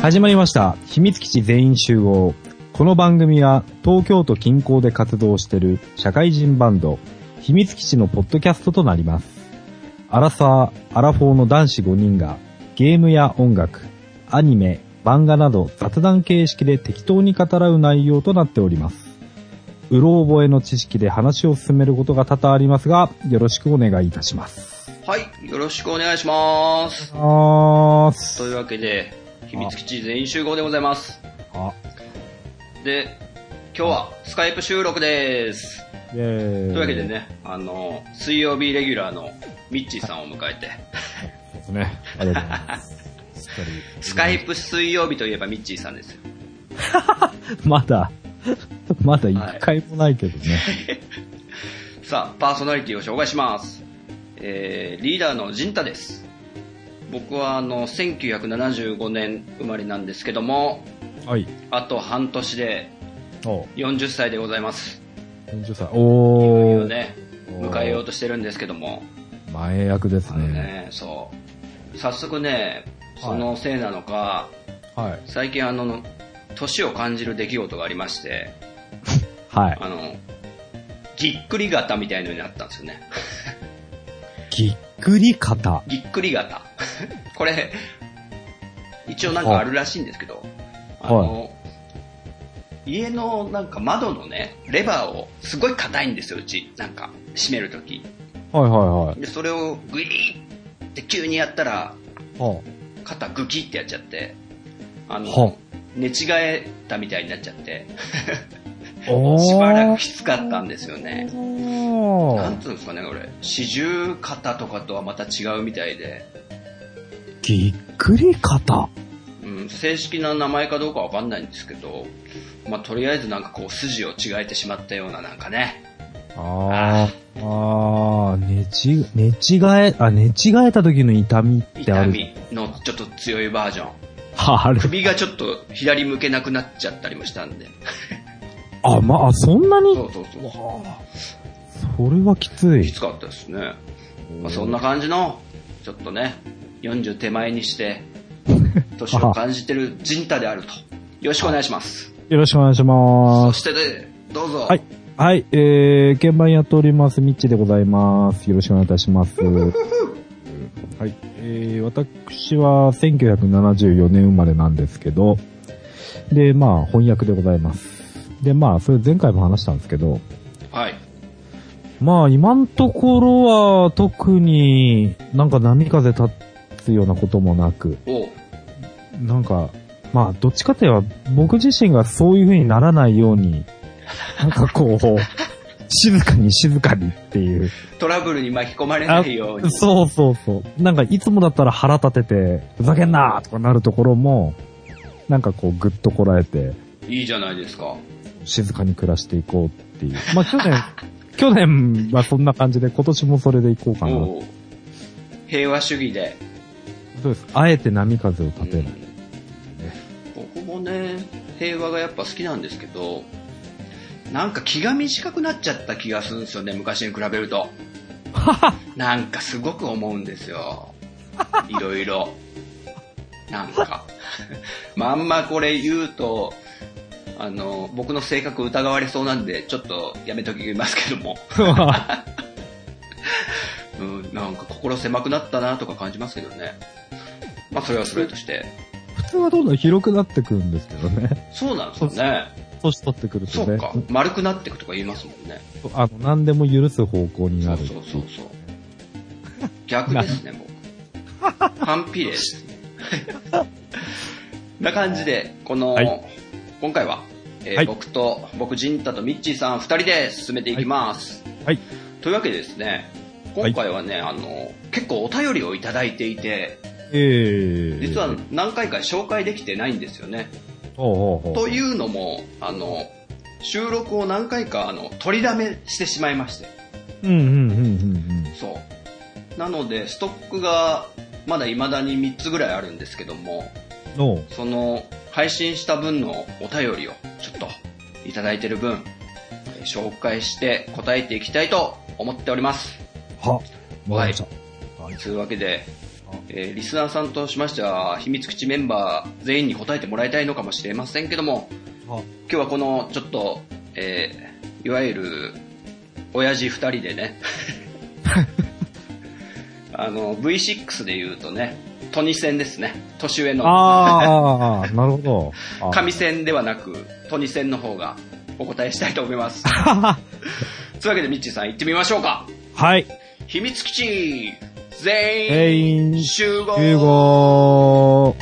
始まりました。秘密基地全員集合。この番組は東京都近郊で活動している社会人バンド、秘密基地のポッドキャストとなります。アラサー、アラフォーの男子5人がゲームや音楽、アニメ、漫画など雑談形式で適当に語らう内容となっております。うろ覚えの知識で話を進めることが多々ありますが、よろしくお願いいたします。 はい、よろしくお願いします。というわけで、秘密基地全員集合でございます。で、今日はスカイプ収録です。というわけでね、水曜日レギュラーのミッチーさんを迎えて。 そうですね。ありがとうございます。 スカイプ水曜日といえばミッチーさんですよ。 まだ一回もないけどね。 さあ、パーソナリティを紹介します。リーダーの陣太です。僕は1975年生まれなんですけども、はい、あと半年で40歳でございます。 40歳。 いよいよね、迎えようとしてるんですけども。 前役ですね。 そう。早速ね、そのせいなのか、はい、最近年を感じる出来事がありまして、はい。ぎっくり肩みたいのになったんですよね。 ぎっくり肩？ ぎっくり肩。これ、一応なんかあるらしいんですけど、家のなんか窓のね、レバーをすごい硬いんですよ、うち。なんか、閉めるとき。 はいはいはい。 で、それをグイーって急にやったら、肩グキってやっちゃって、寝違えたみたいになっちゃって、しばらくきつかったんですよね。なんつうんですかね、これ。四十肩とかとはまた違うみたいで。 ぎっくり肩？ 正式な名前かどうかわかんないんですけど、まあ、とりあえずなんかこう筋を違えてしまったようななんかね。 寝違えた時の痛みってある？ 痛みのちょっと強いバージョン。首がちょっと左向けなくなっちゃったりもしたんで。 そんなに？ そう。 それはきつい。 きつかったですね。まあ、そんな感じの、ちょっとね、40手前にして、年を感じてる陣太であると。よろしくお願いします。 よろしくお願いします。 そしてどうぞ。 はい。はい、鍵盤やっております、ミッチでございます。よろしくお願いいたします。はい。私は1974年生まれなんですけど、で、翻訳でございます。で、それ前回も話したんですけど、 はい。 今のところは特になんか波風立つようなこともなく、なんか、どっちかといえば僕自身がそういう風にならないように、なんかこう、静かにっていう。 トラブルに巻き込まれないように。 そう。なんかいつもだったら腹立てて、ふざけんなーとかなるところも、なんかこうぐっとこらえて。 いいじゃないですか。 静かに暮らしていこうっていう。去年はそんな感じで、今年もそれでいこうかな。 平和主義で。 そうです。あえて波風を立てない。 僕もね、平和がやっぱ好きなんですけど、なんか気が短くなっちゃった気がするんですよね、昔に比べると。なんかすごく思うんですよ。いろいろ。なんか。あんまこれ言うと、僕の性格疑われそうなんで、ちょっとやめときますけども。なんか心狭くなったなとか感じますけどね。それはそれとして。 普通はどんどん広くなってくるんですけどね。 そうなんですよね。 年取ってくるとね。 そうか。丸くなっていくとか言いますもんね。 何でも許す方向になる。 そう。逆ですね、僕。反比例ですね。な感じで、今回は、僕、陣太とミッチーさん2人で進めていきます。 はい。 というわけでですね、今回はね、結構お便りをいただいていて、実は何回か紹介できてないんですよね。というのも、収録を何回か取りだめしてしまいまして。そう。なので、ストックがまだ未だに3つぐらいあるんですけども、その配信した分のお便りをちょっといただいてる分、紹介して答えていきたいと思っております。 わかりました。 というわけで、 リスナーさんとしましては、秘密基地メンバー全員に答えてもらいたいのかもしれませんけども、今日はこのちょっと、いわゆる親父二人でねV6 で言うとね、トニセンですね、年上のああなるほど。 神戦ではなくトニセンの方がお答えしたいと思いますというわけでミッチーさん行ってみましょうか。 はい。 秘密基地全員集合。 集合。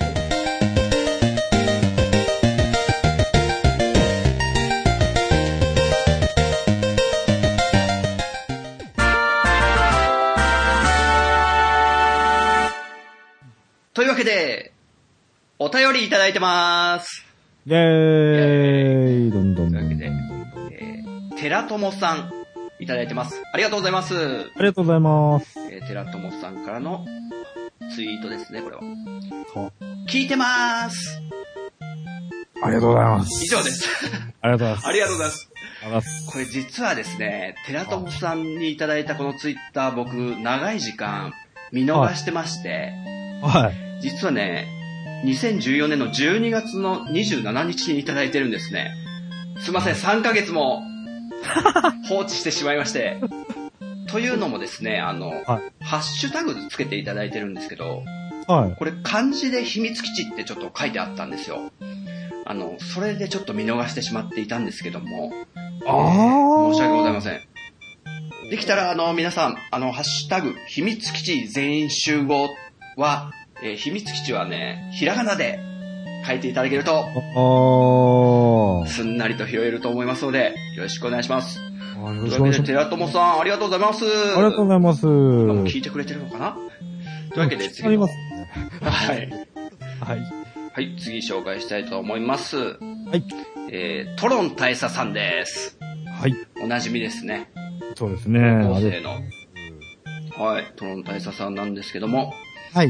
というわけで、お便りいただいてます。 イェーイ。どんどんどんどん。 というわけで、寺友さん、いただいてます。ありがとうございます。 ありがとうございます。 寺友さんからのツイートですね、これは。聞いてまーす。 ありがとうございます。 以上です。 ありがとうございます。 ありがとうございます。 ありがとうございます。 これ実はですね、寺友さんにいただいたこのツイッター、僕、長い時間見逃してまして、 はい。 実はね、2014年の12月の27日にいただいてるんですね。すいません、3ヶ月も放置してしまいまして。というのもですね、ハッシュタグつけていただいてるんですけど、 はい。 これ漢字で秘密基地ってちょっと書いてあったんですよ。それでちょっと見逃してしまっていたんですけども、申し訳ございません。できたら皆さん、ハッシュタグ秘密基地全員集合は、秘密基地はね、ひらがなで書いていただけると、すんなりと拾えると思いますので、よろしくお願いします。というわけで、寺友さん、ありがとうございます。 ありがとうございます。 今も聞いてくれてるのかな？というわけで、次の。はい。 はい。 はい、次紹介したいと思います。 はい。 トロン大佐さんです。 はい。 おなじみですね。 そうですね。 高校生の。はい、トロン大佐さんなんですけども、 はい。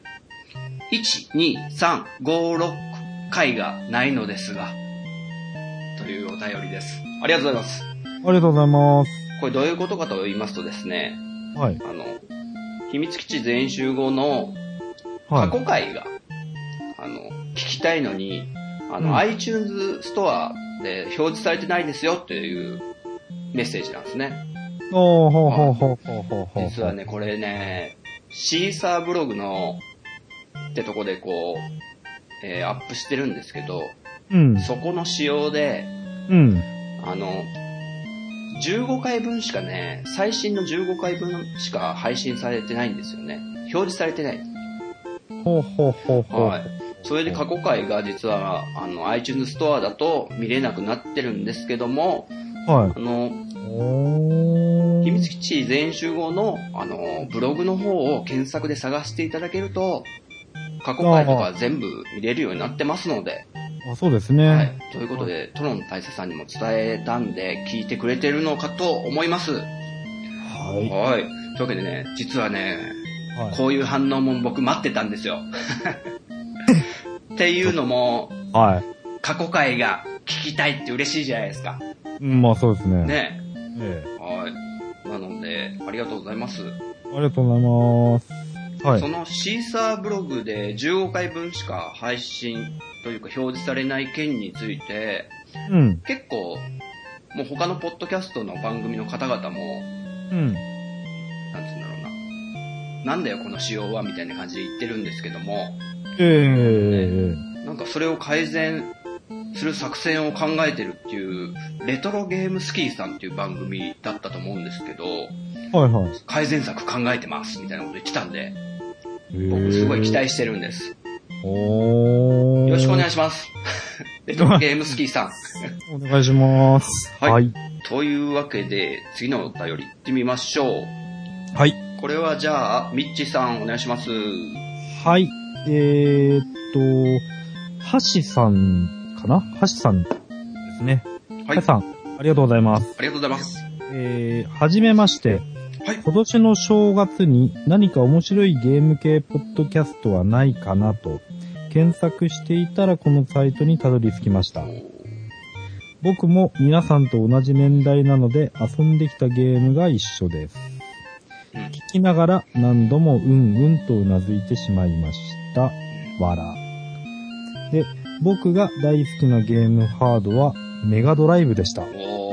1、2、3、5、6回がないのですが、というお便りです。ありがとうございます。 ありがとうございます。 これどういうことかと言いますとですね、 はい。 秘密基地全員集合の過去回が、聞きたいのに、iTunes ストアで表示されてないですよというメッセージなんですね。 ほう。 実はね、これね、シーサーブログのってとこでこう、アップしてるんですけど、 うん。 そこの仕様で、 うん。 15回分しかね、最新の15回分しか配信されてないんですよね。表示されてない。 ほう。 はい。それで過去回が実は、iTunes ストアだと見れなくなってるんですけども、 はい。 秘密基地全員集合の、ブログの方を検索で探していただけると、過去回とか全部見れるようになってますので。 そうですね。 はい。ということで、トロン大佐さんにも伝えたんで、聞いてくれてるのかと思います。はい。はい。というわけでね、実はね、はい、こういう反応も僕待ってたんですよ。っていうのも、 はい。 過去回が聞きたいって嬉しいじゃないですか。 まあそうですね。 ね。はい。なので、ありがとうございます。 ありがとうございます。はい。 そのシーサーブログで15回分しか配信というか表示されない件について、 うん。 結構、もう他のポッドキャストの番組の方々も、 うん。 なんつうんだろうな。なんだよこの仕様はみたいな感じで言ってるんですけども、なんかそれを改善する作戦を考えてるっていう、レトロゲームスキーさんっていう番組だったと思うんですけど、 はいはい。 改善策考えてますみたいなこと言ってたんで、僕すごい期待してるんです。よろしくお願いします。レトロゲームスキーさん。 お願いします。 はい。というわけで、次のお便り行ってみましょう。 はい。 これはじゃあ、ミッチーさんお願いします。 はい。ハシさんかな？ハシさんですね。はい。ハシさん、ありがとうございます。 ありがとうございます。 はじめまして。はい。今年の正月に何か面白いゲーム系ポッドキャストはないかなと検索していたらこのサイトにたどり着きました。僕も皆さんと同じ年代なので遊んできたゲームが一緒です。 聞きながら何度もうんうんとうなずいてしまいました。笑。で、僕が大好きなゲームハードはメガドライブでした。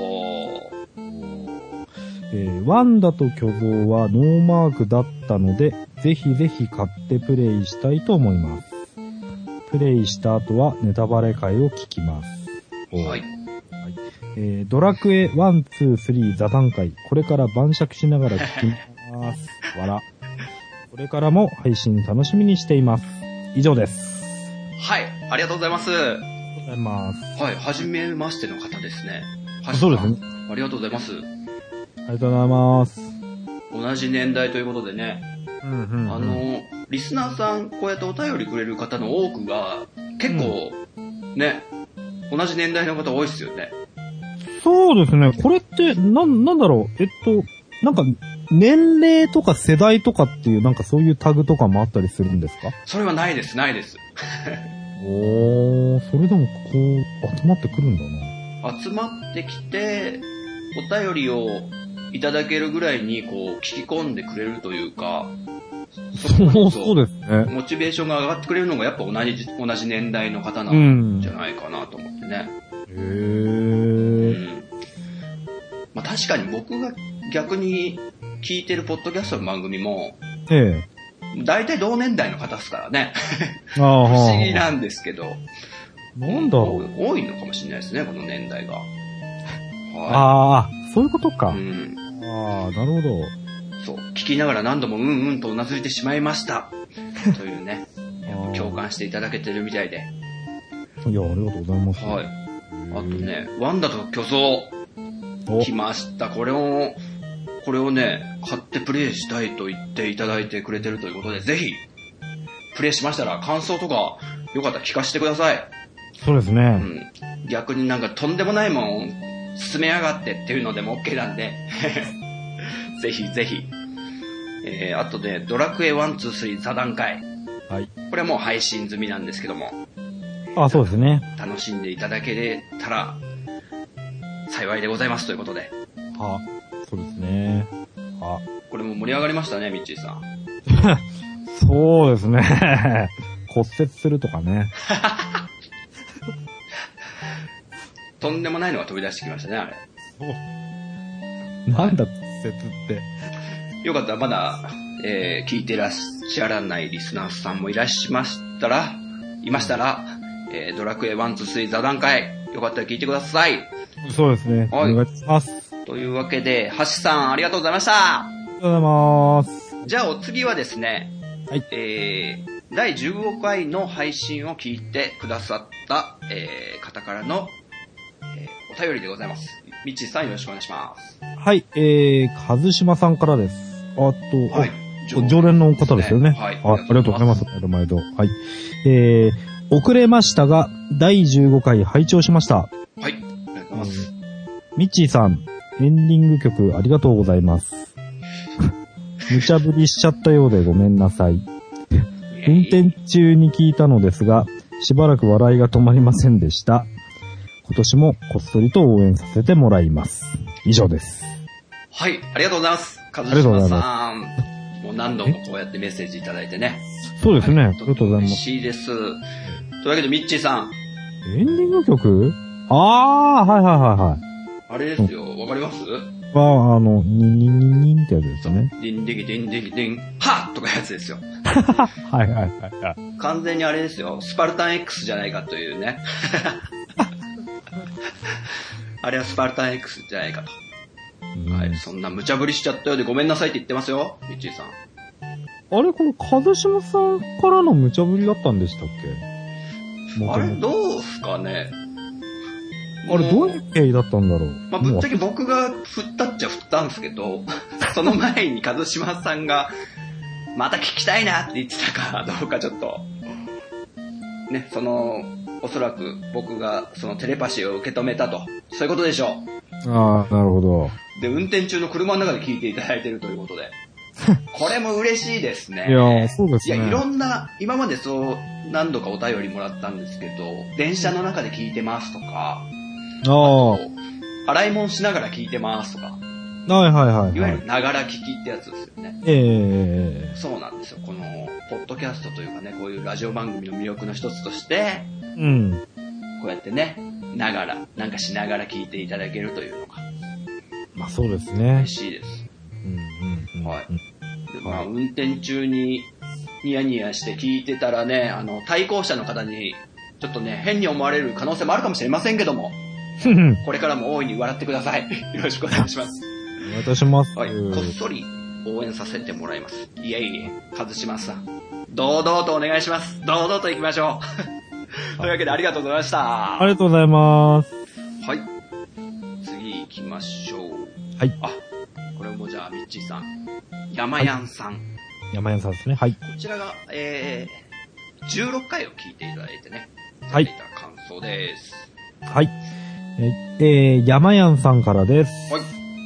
ワンダと巨像はノーマークだったので、ぜひぜひ買ってプレイしたいと思います。プレイした後はネタバレ会を聞きます。 はい。 ドラクエ1、2、3座談会。これから晩酌しながら聞きます。笑。これからも配信楽しみにしています。以上です。 はい。ありがとうございます。 ありがとうございます。 はい。はじめましての方ですね。 そうですね。 ありがとうございます。 ありがとうございます。 同じ年代ということでね。リスナーさん、こうやってお便りくれる方の多くが、結構、ね、同じ年代の方多いっすよね。 そうですね。これって、なんだろう。なんか、年齢とか世代とかっていう、なんかそういうタグとかもあったりするんですか？ それはないです、ないです。 おー、それでもこう、集まってくるんだな。集まってきて、お便りをいただけるぐらいに、こう、聞き込んでくれるというか、 そうですね。 モチベーションが上がってくれるのがやっぱ同じ年代の方なんじゃないかなと思ってね。まあ確かに僕が逆に聞いてるポッドキャストの番組も、大体同年代の方ですからね。不思議なんですけど。 なんだろう。 多いのかもしれないですね、この年代が。はい、 ああ、そういうことか。 ああ、なるほど。 そう、聞きながら何度もうんうんとうなずいてしまいました。というね、共感していただけてるみたいで。 いや、ありがとうございます。 はい。あとね、ワンダと巨像。来ました。これをね、買ってプレイしたいと言っていただいてくれてるということで、ぜひ、プレイしましたら感想とか、よかったら聞かせてください。 そうですね。 逆になんかとんでもないもん、進めやがってっていうのでも OK なんで、ぜひぜひ。あとね、ドラクエ1、2、3座談会。 はい。 これはもう配信済みなんですけども。 あ、そうですね。 楽しんでいただけたら、幸いでございますということで。 そうですね。 これも盛り上がりましたね、ミッチーさん。 そうですね。骨折するとかね。 とんでもないのが飛び出してきましたね、あれ。 なんだ、骨折って。 よかったらまだ、聞いてらっしゃらないリスナーさんもいましたら、ドラクエ1、2、3座談会、よかったら聞いてください。 そうですね。お願いします。 というわけで、橋さんありがとうございました。 ありがとうございます。 じゃあお次はですね、 はい。 第15回の配信を聞いてくださった、方からの、お便りでございます。ミッチーさんよろしくお願いします。 はい、和島さんからです。はい、常連の方ですよね。 はい。 ありがとうございます。毎度。はい。遅れましたが、第15回拝聴しました。 はい。ありがとうございます。 ミッチーさん、エンディング曲ありがとうございます。無茶ぶりしちゃったようでごめんなさい。運転中に聞いたのですが、しばらく笑いが止まりませんでした。今年もこっそりと応援させてもらいます。以上です。 はい、ありがとうございます。和島さん、もう何度もこうやってメッセージいただいてね。 そうですね。ありがとうございます。 嬉しいです。というわけで、ミッチーさん。 エンディング曲？はい。 あれですよ、わかります？ ニンニンニンニンってやつですね。 ディンディギディンディギディン、はっとかやつですよ。 はい。 完全にあれですよ、スパルタン X じゃないかというね。あれはスパルタン X じゃないかと。はい、そんな無茶ぶりしちゃったようでごめんなさいって言ってますよ、ミッチーさん。 あれ、この和島さんからの無茶ぶりだったんでしたっけ？ あれ、どうすかね。 あれ、どういう経緯だったんだろう。 まあ、ぶっちゃけ僕が振ったっちゃ振ったんですけど、その前に和島さんが、また聞きたいなって言ってたかどうかちょっと、ね、おそらく僕がそのテレパシーを受け止めたと。そういうことでしょう。 ああ、なるほど。 で、運転中の車の中で聞いていただいているということで。これも嬉しいですね。 いや、そうですね。 いや、いろんな、今まで何度かお便りもらったんですけど、電車の中で聞いてますとか、洗い物しながら聞いてますとか、 はいはいはい、はい。 いわゆるながら聞きってやつですよね。そうなんですよ。この、ポッドキャストというかね、こういうラジオ番組の魅力の一つとして、 うん。 こうやってね、なんかしながら聞いていただけるというのが。 まあそうですね。 嬉しいです。はい。で、まあ、運転中にニヤニヤして聞いてたらね、対向車の方に、ちょっとね、変に思われる可能性もあるかもしれませんけども、これからも大いに笑ってください。よろしくお願いします。 お願いいたします。 はい。こっそり応援させてもらいます。いえいえ、一島さん。堂々とお願いします。堂々と行きましょう。というわけでありがとうございました。 ありがとうございます。 はい。次行きましょう。 はい。 あ、これもじゃあ、ミッチーさん。山やんさん。 山やんさんですね。はい。 こちらが、16回を聞いていただいてね。 はい。 いただいた感想です。 はい。山やんさんからです。 はい。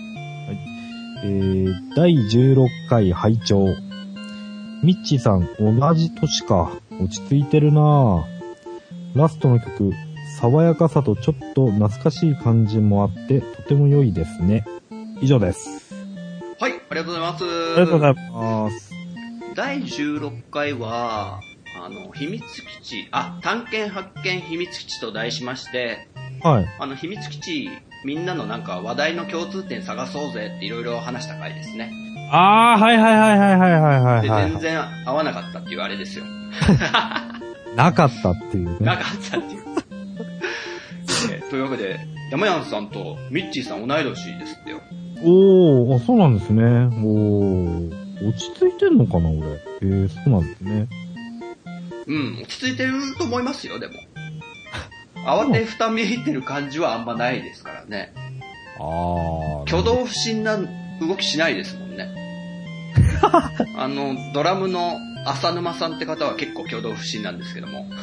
第16回拝聴。ミッチーさん、同じ年か。落ち着いてるなぁ。ラストの曲、爽やかさとちょっと懐かしい感じもあって、とても良いですね。以上です。 はい、ありがとうございます。 ありがとうございます。 第16回は、秘密基地、探検発見秘密基地と題しまして、 はい。 秘密基地、みんなのなんか話題の共通点探そうぜっていろいろ話した回ですね。 はいはいはいはいはいはいはい。 で、全然合わなかったっていうあれですよ。 なかったっていうね。 なかったっていう。というわけで、山やんさんとミッチーさん同い年ですってよ。 そうなんですね。落ち着いてんのかな、俺。そうなんですね。 うん、落ち着いてると思いますよ、でも。慌てふためいてる感じはあんまないですからね。挙動不審な動きしないですもんね。ドラムの浅沼さんって方は結構挙動不審なんですけども。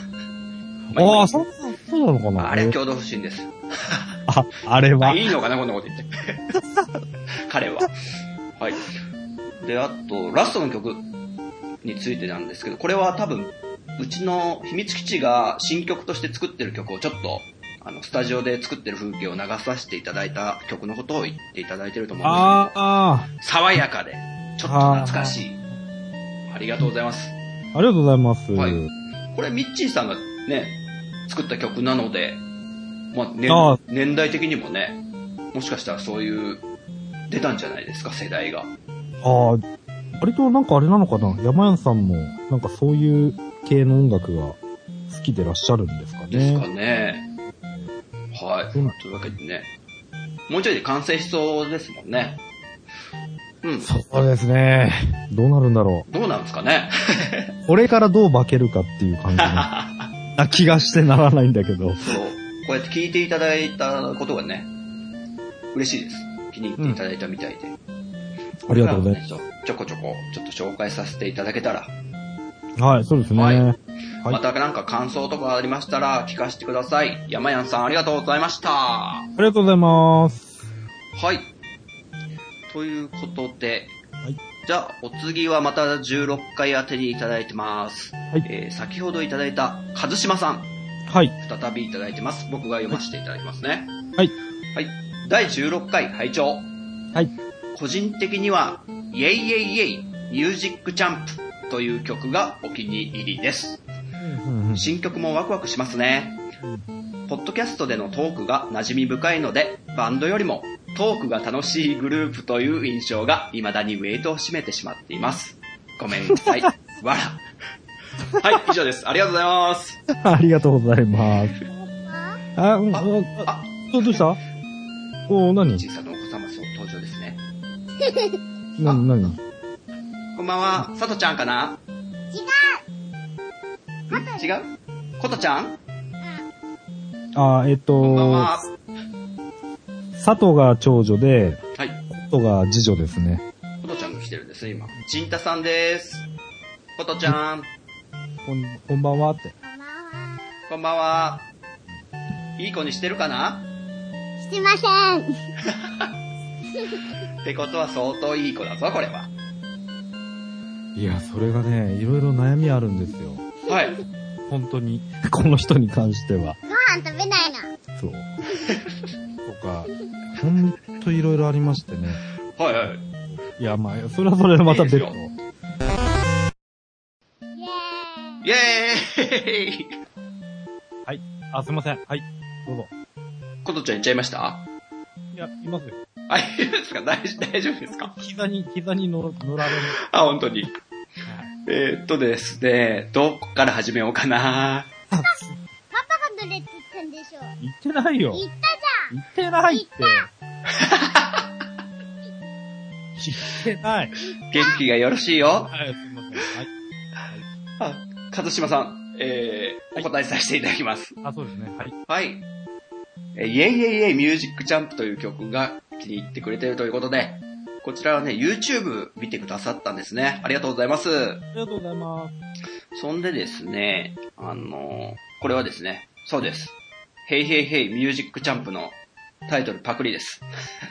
そうなのかな。 あれは挙動不審です。 あれは。 いいのかな、こんなこと言って。彼は。はい。で、あと、ラストの曲についてなんですけど、これは多分、うちの秘密基地が新曲として作ってる曲をちょっと、スタジオで作ってる風景を流させていただいた曲のことを言っていただいてると思うんですけど、爽やかで、ちょっと懐かしい。ありがとうございます。 ありがとうございます。 はい。これ、ミッチーさんがね、作った曲なので、年代的にもね、もしかしたらそういう、出たんじゃないですか、世代が。 割となんかあれなのかな、山やんさんも、なんかそういう系の音楽が好きでらっしゃるんですかね。 ですかね。はい。というわけでね、もうちょいで完成しそうですもんね。うん。 そうですね。どうなるんだろう。 どうなんですかね。 これからどう化けるかっていう感じな気がしてならないんだけど。 そう。こうやって聞いていただいたことがね、嬉しいです。気に入っていただいたみたいで。 ありがとうございます。 ちょこちょこ、ちょっと紹介させていただけたら。 はい、そうですね。はい。 またなんか感想とかありましたら聞かせてください。山やんさんありがとうございました。 ありがとうございます。 はい。ということで、 はい、 じゃあお次はまた16回宛てにいただいてます。 はい。 先ほどいただいた和島さん。 はい。 再びいただいてます。僕が読ませていただきますね。 はい。 はい。第16回拝聴。 はい。 個人的には、イェイイェイイェイミュージックジャンプという曲がお気に入りです。新曲もワクワクしますね。ポッドキャストでのトークが馴染み深いので、バンドよりもトークが楽しいグループという印象が未だにウェイトを占めてしまっています。ごめんなさい。わら。はい、以上です。ありがとうございます。 ありがとうございます。どうした何？ 小さなお子様登場ですね。 何？ こんばんは、さとちゃんかな？違う？ことちゃん？ こんばんは。 佐藤が長女で、 はい。 ことが次女ですね。 ことちゃんが来てるんですね、今。ちんたさんです。ことちゃん。 こんばんはって。 こんばんは。いい子にしてるかな？ してません。 ってことは相当いい子だぞ、これは。 いや、それがね、いろいろ悩みあるんですよ。 はい。 本当に、この人に関しては。 ご飯食べないの。 そう。とか、ほんといろいろありましてね。 はいはい。 いや、まあ、それはそれでまた別の。 イェーイはい。あ、すいません。はい。どうぞ。 ことちゃん行っちゃいました？ いや、いますよ。 あ、いいですか？大丈夫ですか？ 膝に乗られる。 あ、本当に。ですね、どこから始めようかな。 パパが乗れって言ったんでしょ。 言ってないよ。 言ったじゃん。 言ってないって。言ってない。 元気がよろしいよ。 はい、すいません。はい。 あ、門島さん、お答えさせていただきます。 あ、そうですね。はい。 はい。イェイイェイイェイミュージックジャンプという曲が気に入ってくれているということで、こちらはね、YouTube 見てくださったんですね。ありがとうございます。 ありがとうございます。 そんでですね、これはですね、そうです。ヘイヘイヘイミュージックジャンプのタイトルパクリです。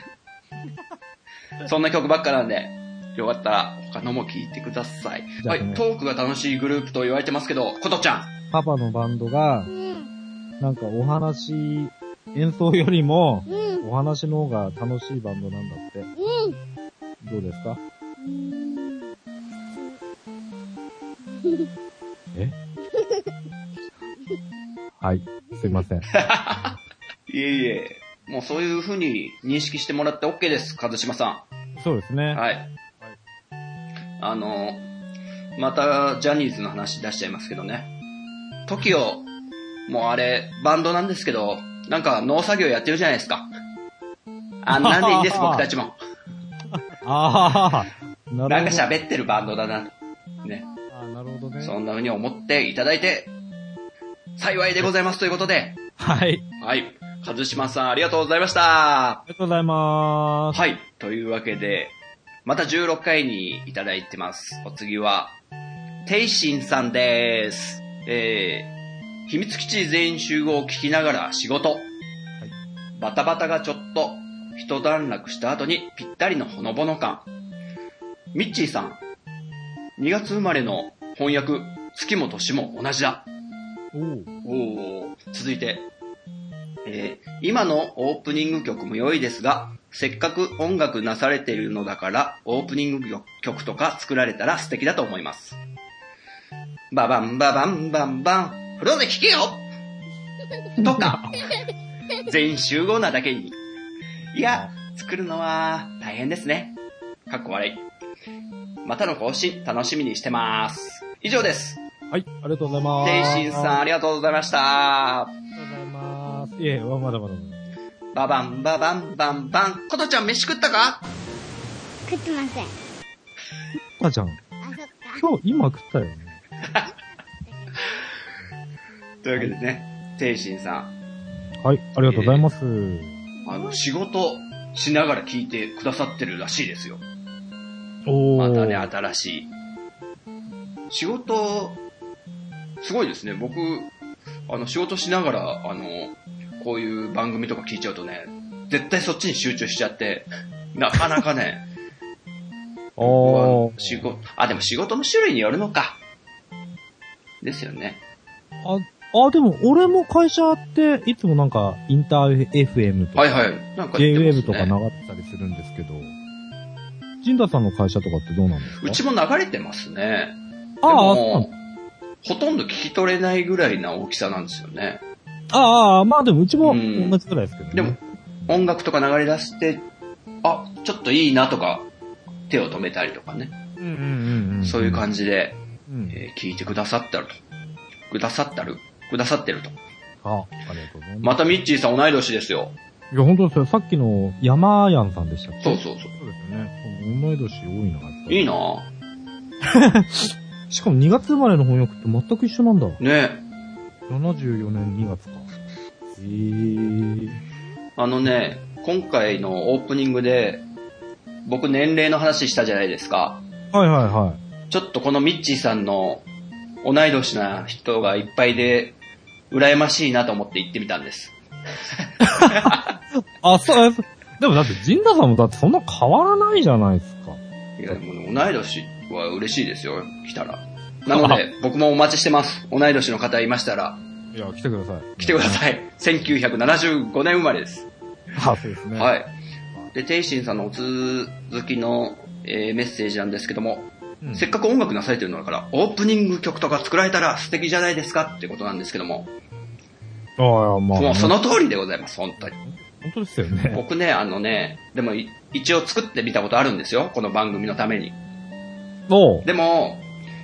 そんな曲ばっかなんで、よかったら他のも聴いてください。はい、トークが楽しいグループと言われてますけど、ことちゃん。 パパのバンドが、なんかお話、演奏よりも、お話の方が楽しいバンドなんだって。どうですか？えはい、すいません。 いえいえ、もうそういう風に認識してもらって OK です、一島さん。そうですね。 はい。またジャニーズの話出しちゃいますけどね。TOKIO、もうあれ、バンドなんですけど、なんか農作業やってるじゃないですか。あんなんでいいんです、僕たちも。 ああ、なるほど。 なんか喋ってるバンドだな。ね。 ああ、なるほどね。 そんな風に思っていただいて、幸いでございますということで。 はい。 はい。一島さんありがとうございました。 ありがとうございます。 はい。というわけで、また16回にいただいてます。お次は、ていしんさんです。秘密基地全員集合を聞きながら仕事。はい、バタバタがちょっと一段落した後にぴったりのほのぼの感。ミッチーさん、2月生まれの翻訳、月も年も同じだ。続いて、今のオープニング曲も良いですが、せっかく音楽なされているのだから、オープニング曲とか作られたら素敵だと思います。ババンババンバンバン、風呂で聴けよとか、全員集合なだけに。いや、作るのは大変ですね。かっこ笑い。またの更新楽しみにしてます。以上です。 はい、ありがとうございます。 ていしんさんありがとうございました。 ありがとうございます。いえ、まだ。 ババンババンバンバン。ことちゃん飯食ったか？ 食ってません。 あちゃん。 あ、そっか。 今食ったよね。 というわけでね、ていしんさん。 はい、ありがとうございます。 仕事しながら聞いてくださってるらしいですよ。 またね、新しい。仕事、すごいですね。僕、仕事しながら、こういう番組とか聞いちゃうとね、絶対そっちに集中しちゃって、なかなかね、でも仕事の種類によるのか。ですよね。 でも、俺も会社っていつもなんか、インター FM とか、 はいはい。なんか、 J-Wave とか流れてたりするんですけど、ジンダさんの会社とかってどうなんですか？ うちも流れてますね。 ほとんど聞き取れないぐらいな大きさなんですよね。 まあでもうちも同じぐらいですけどね。 でも、音楽とか流れ出して、ちょっといいなとか、手を止めたりとかね。そういう感じで、聞いてくださってると。ありがとうございます。またミッチーさん同い年ですよ。 いや、本当ですよ。さっきの山やんさんでしたっけ？ そうですよね。同い年多いな。 いいなしかも2月生まれの翻訳って全く一緒なんだ。 ね。 74年2月か。 今回のオープニングで、僕年齢の話したじゃないですか。 はい。 ちょっとこのミッチーさんの同い年な人がいっぱいで、羨ましいなと思って行ってみたんです。 そう。でもだってジンダさんもだってそんな変わらないじゃないですか。 いや、でも同い年は嬉しいですよ、来たら。なので、僕もお待ちしてます。同い年の方いましたら。 いや、来てください。 来てください。1975年生まれです。 そうですね。 はい。 で、テイシンさんのお続きの、メッセージなんですけども、 うんせっかく音楽なされてるのだから、オープニング曲とか作られたら素敵じゃないですかってことなんですけども、 ああ、まあ、 もうその通りでございます、本当に。 本当ですよね。 僕ね、でも一応作ってみたことあるんですよ、この番組のために。 おう。 でも、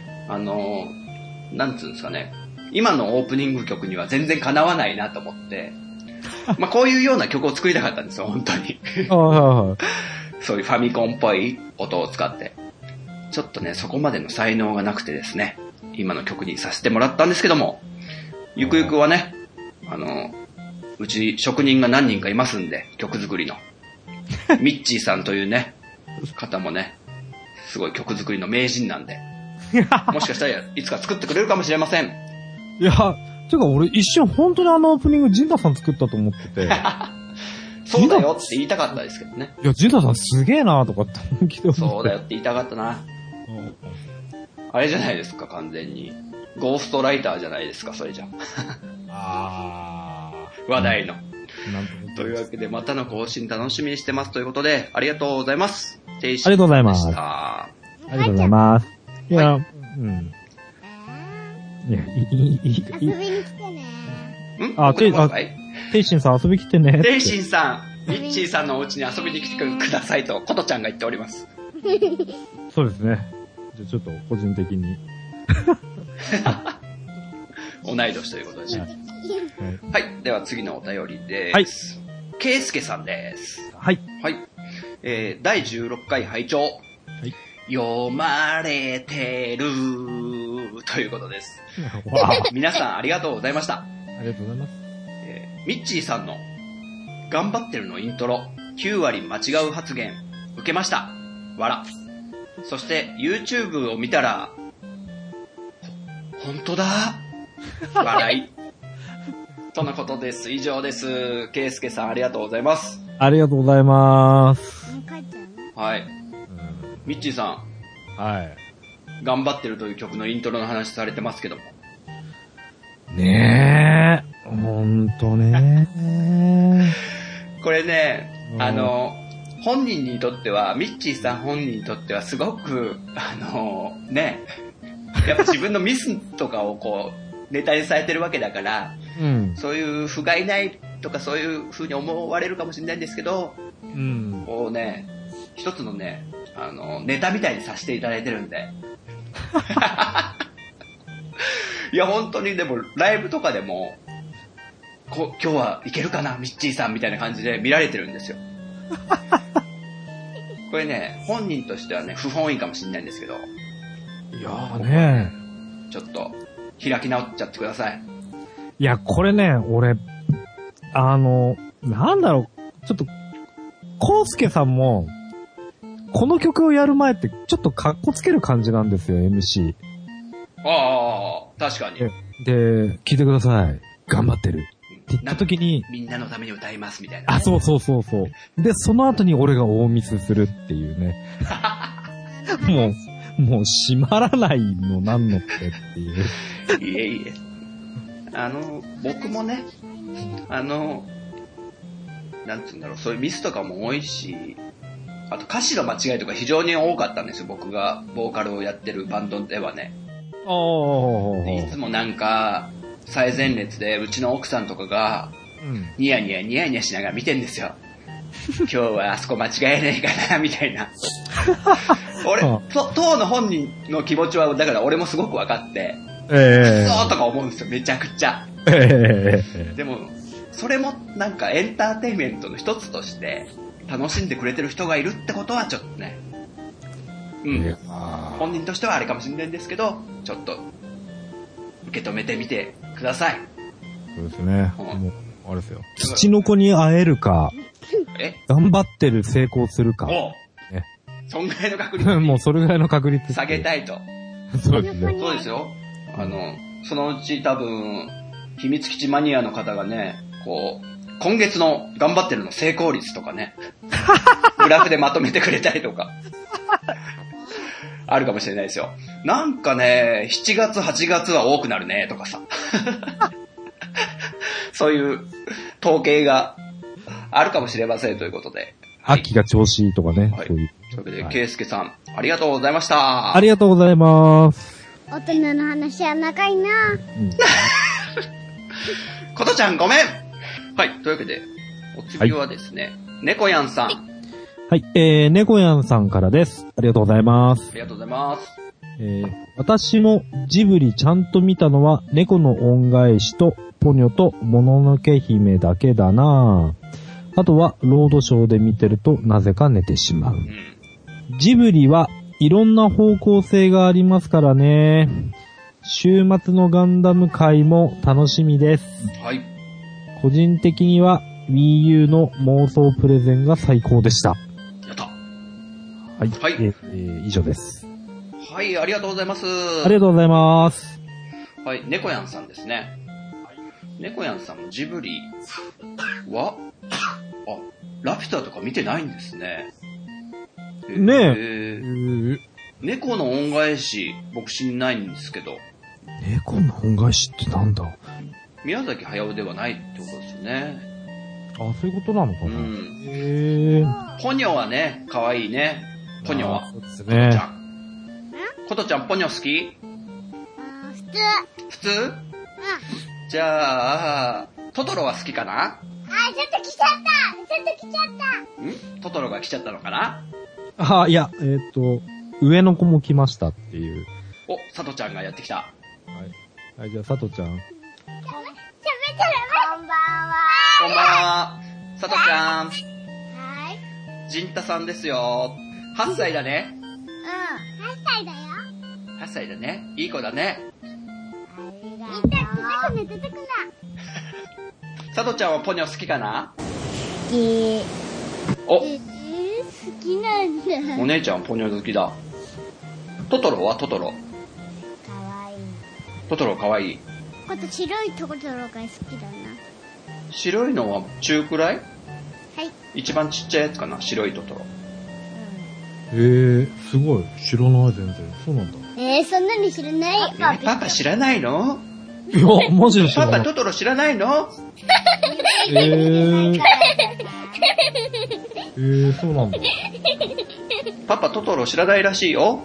なんつうんですかね、今のオープニング曲には全然かなわないなと思って、まあこういうような曲を作りたかったんですよ、本当に。 ああ、はいはい。 そういうファミコンっぽい音を使って。ちょっとね、そこまでの才能がなくてですね、今の曲にさせてもらったんですけども、ゆくゆくはね、うち職人が何人かいますんで、曲作りの。ミッチーさんというね、方もね、すごい曲作りの名人なんで、もしかしたらいつか作ってくれるかもしれません。 いや、てか俺一瞬本当にオープニングジンタさん作ったと思ってて。 そうだよって言いたかったですけどね。 いや、ジンタさんすげえなとかって本気で思って。 そうだよって言いたかったな。あれじゃないですか、完全に。ゴーストライターじゃないですか、それじゃ。 あ話題の。 なんというわけで、またの更新楽しみにしてますということで、ありがとうございます。 ありがとうございます。 ありがとうございます。いや、うん。いや、 遊びに来てね。 テイシンさん遊び来てね。 テイシンさん、ミッチーさんのお家に遊びに来てくださいと、コトちゃんが言っております。 そうですね。じゃあちょっと個人的に。 同い年ということですね。はい。では次のお便りです。はい。ケイスケさんです。 はい。 はい。第16回拝聴。はい。読まれてるということです。皆さんありがとうございました。 ありがとうございます。 ミッチーさんの頑張ってるのイントロ9割間違う発言受けました。笑。そして YouTube を見たら本当だ笑い。とのことです。以上です。ケイスケさんありがとうございます。 ありがとうございます。 はい。ミッチーさん。はい。 頑張ってるという曲のイントロの話されてますけども。 ねえ。ほんとね。 これね、本人にとっては、ミッチーさん本人にとってはすごく、ね、やっぱ自分のミスとかをこう、ネタにされてるわけだから、うん、そういう不甲斐ないとかそういう風に思われるかもしれないんですけど、うん、こうね、一つのね、ネタみたいにさせていただいてるんで。いや、本当にでも、ライブとかでも、今日はいけるかなミッチーさんみたいな感じで見られてるんですよ。これね、本人としてはね、不本意かもしれないんですけど。 いやーね。 ちょっと、開き直っちゃってください。 いや、これね、俺、なんだろう、ちょっと、コウスケさんも、この曲をやる前って、ちょっとカッコつける感じなんですよ、MC。 ああ、確かに。 で、聞いてください。頑張ってる。って言った時に、 みんなのために歌いますみたいな、ね。 あ、そうそうそうそう。で、その後に俺が大ミスするっていうね。もう閉まらないのなんのってっていう。 いえいえ。僕もね、なんつうんだろう、そういうミスとかも多いし、あと歌詞の間違いとか非常に多かったんですよ、僕がボーカルをやってるバンドではね。いつもなんか、最前列でうちの奥さんとかが、ニヤニヤしながら見てんですよ。今日はあそこ間違えないかな、みたいな。俺、当の本人の気持ちは、だから俺もすごく分かって、そうとか思うんですよ、めちゃくちゃ。でも、それもなんかエンターテインメントの一つとして、楽しんでくれてる人がいるってことはちょっとね、本人としてはあれかもしれないんですけど、ちょっと受け止めてみてください。 そうですね。もうあれですよ。土の子に会えるか、頑張ってる成功するか。 そんぐらいの確率。 もうそれぐらいの確率。 下げたいと。 そうですね。 そうですよ。そのうち多分、秘密基地マニアの方がね、こう、今月の頑張ってるの成功率とかね、グラフでまとめてくれたりとか、あるかもしれないですよ。なんかね、7月、8月は多くなるね、とかさ。そういう統計があるかもしれませんということで、 秋が調子いいとかね。 はい。 そういう。 というわけで、ケイスケさん、ありがとうございました。 ありがとうございます。 大人の話は長いな。 ことちゃんごめん。はい。というわけで、お次はですね、猫やんさん。 はい、猫やんさんからです。ありがとうございます。 ありがとうございます。 私もジブリちゃんと見たのは猫の恩返しとポニョともののけ姫だけだなぁ。あとはロードショーで見てるとなぜか寝てしまう。ジブリはいろんな方向性がありますからね。週末のガンダム会も楽しみです。 はい。 個人的には Wii U の妄想プレゼンが最高でした。 やった。 はい。 はい。 以上です。 はい、ありがとうございます。 ありがとうございます。 はい、猫やんさんですね。猫やんさんもジブリは、ラピュタとか見てないんですね。 ねえ。 猫の恩返し、僕知んないんですけど。 猫の恩返しってなんだ？ 宮崎駿ではないってことですよね。 あ、そういうことなのかな。 ポニョはね、可愛いね。ポニョは。 そうですね。 ことちゃん、ポニョ好き？普通？じゃあ、トトロは好きかな？ ちょっと来ちゃったトトロが来ちゃったのかな？ いや、上の子も来ましたっていう。 お、サトちゃんがやってきた。はい。 はい、じゃあ、サトちゃん。 こんばんは。 こんばんは。サトちゃん。 はい。 ジンタさんですよ。8歳だね。 8歳だよ。 8歳だね。いい子だね。 出てくな。 サトちゃんはポニョ好きかな？ 好き。 お、 好きなんだ。 お姉ちゃんポニョ好きだ。トトロはトトロ。 かわいい。 トトロかわいい。 こと白いトトロが好きだな。 白いのは中くらい？ はい。 一番ちっちゃいやつかな、白いトトロ。 すごい。知らない、全然。そうなんだ。 そんなに知らないよ。 パパ知らないの？ いや、マジで知らない。 パパトトロ知らないの？ そうなんだ。 パパトトロ知らないらしいよ。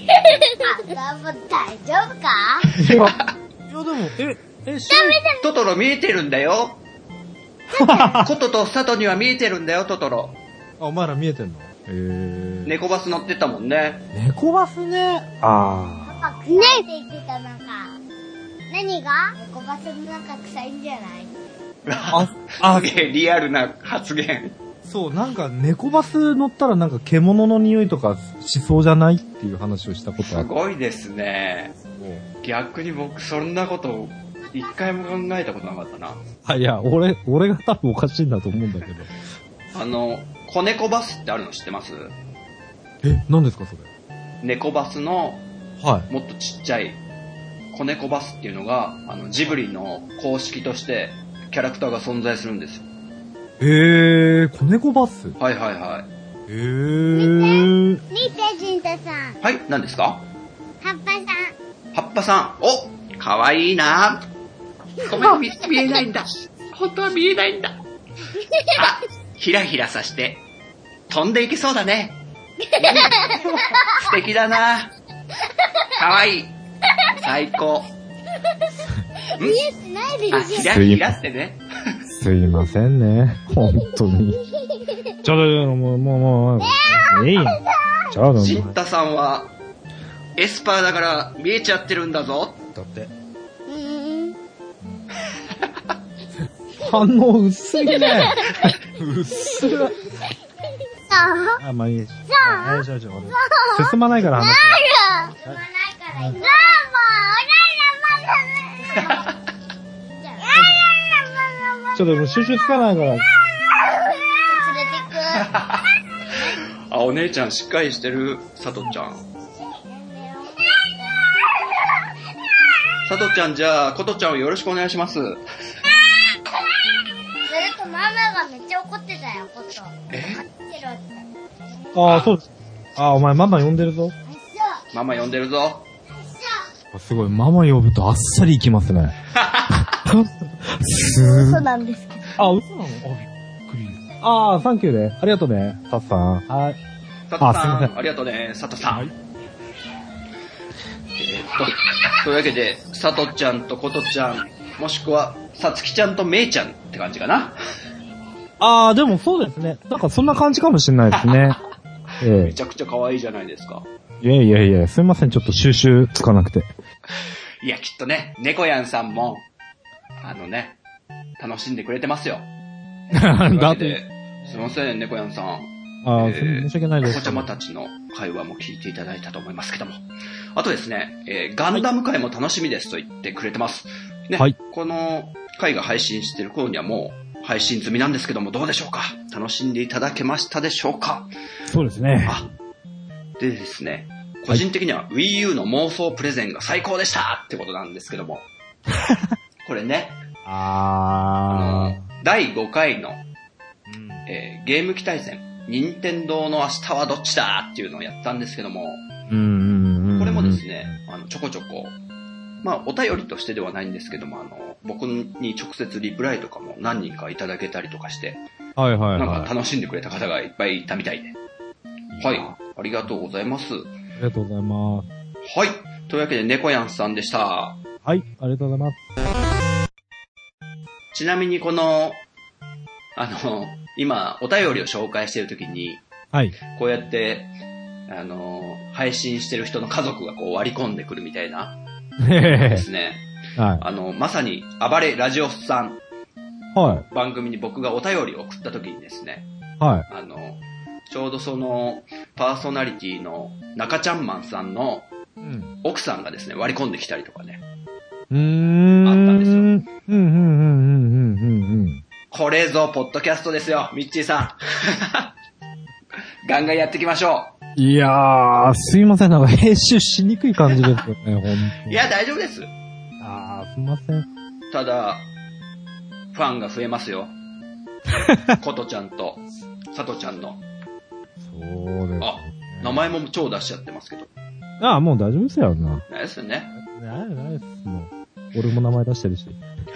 大丈夫か？ いやでも、 トトロ見えてるんだよ。コトとサトには見えてるんだよ、トトロ。 お前ら見えてんの？ 猫バス乗ってたもんね。 猫バスね。 パパ、臭いって言ってたなんか。何が？猫バスの中臭いんじゃない？ リアルな発言。 そう、なんか猫バス乗ったらなんか獣の匂いとかしそうじゃないっていう話をしたことある。 すごいですね。逆に僕そんなこと一回も考えたことなかったな。 いや、俺が多分おかしいんだと思うんだけど。 子猫バスってあるの知ってます？ 何ですかそれ？ 猫バスの、 はい。 もっとちっちゃい子猫バスっていうのが、ジブリの公式としてキャラクターが存在するんですよ。 子猫バス？ はいはいはい。 見て、ジンタさん。 はい、何ですか？ 葉っぱさん。 葉っぱさん。お、かわいいな。ごめん、見えないんだ。本当は見えないんだ。ひらひらさして、飛んでいけそうだね。素敵だな。かわいい。最高。 見えてないでしょ。 ひらひらってね。 すいませんね。本当に。もう、いい。 ジンタさんは、エスパーだから見えちゃってるんだぞ。 だって。反応薄いね。薄い。まあいい。進まないから話。 進まないから。もう、 ちょっと収集つかないから。 連れてく。 お姉ちゃんしっかりしてる、さとちゃん。さとちゃん、じゃあ、ことちゃんをよろしくお願いします。 それとママがめっちゃ怒ってたよ、こと。 そうです。お前ママ呼んでるぞ。 ママ呼んでるぞ。 すごい、ママ呼ぶとあっさりいきますね。 嘘なんですけど。 嘘なの？びっくり。 あー、サンキューね。ありがとうね、サトさん。はい。 佐藤さん、 すいませんありがとうね、佐藤さん。 はいというわけで、佐藤ちゃんとことちゃん、もしくは、さつきちゃんとめいちゃんって感じかな。 あー、でもそうですね。なんかそんな感じかもしれないですね。 めちゃくちゃ可愛いじゃないですか。 いやいやいや、すいません、ちょっと収集つかなくて。 いや、きっとね、猫やんさんも、楽しんでくれてますよ。 だって、 すいません、猫やんさん。 あー、申し訳ないです。 お子ちゃまたちの会話も聞いていただいたと思いますけども。あとですね、ガンダム会も楽しみですと言ってくれてます。ね、 はい。 この回が配信している頃にはもう配信済みなんですけども、どうでしょうか？楽しんでいただけましたでしょうか？ そうですね。 でですね、個人的には Wii U の妄想プレゼンが最高でしたってことなんですけども。これね、第5回の、ゲーム機対戦、任天堂の明日はどっちだっていうのをやったんですけども、これもですね、ちょこちょこ、お便りとしてではないんですけども、僕に直接リプライとかも何人かいただけたりとかして、 はいはいはい。 なんか楽しんでくれた方がいっぱいいたみたいで。はい、ありがとうございます。 ありがとうございます。 はい、というわけで猫やんさんでした。 はい、ありがとうございます。 ちなみにこの、今、お便りを紹介しているときに、 はい。 こうやって、配信してる人の家族がこう割り込んでくるみたいな、ですね。 はい。 まさに、暴れラジオスさん、 は番組に僕がお便りを送ったときにですね、 はい。 ちょうどその、パーソナリティの中ちゃんマンさんの奥さんがですね、割り込んできたりとかね。あったんですよ。これぞ、ポッドキャストですよ、ミッチーさん。ガンガンやっていきましょう。いやー、すいません、なんか編集しにくい感じですよね、ほんと。 いや、大丈夫です。 すいません。 ただ、ファンが増えますよ。ことちゃんと、さとちゃんの。 そうです、ね。 名前も超出しちゃってますけど。 もう大丈夫ですよ、な。 ないですよね。 ないです、もう。俺も名前出してるし。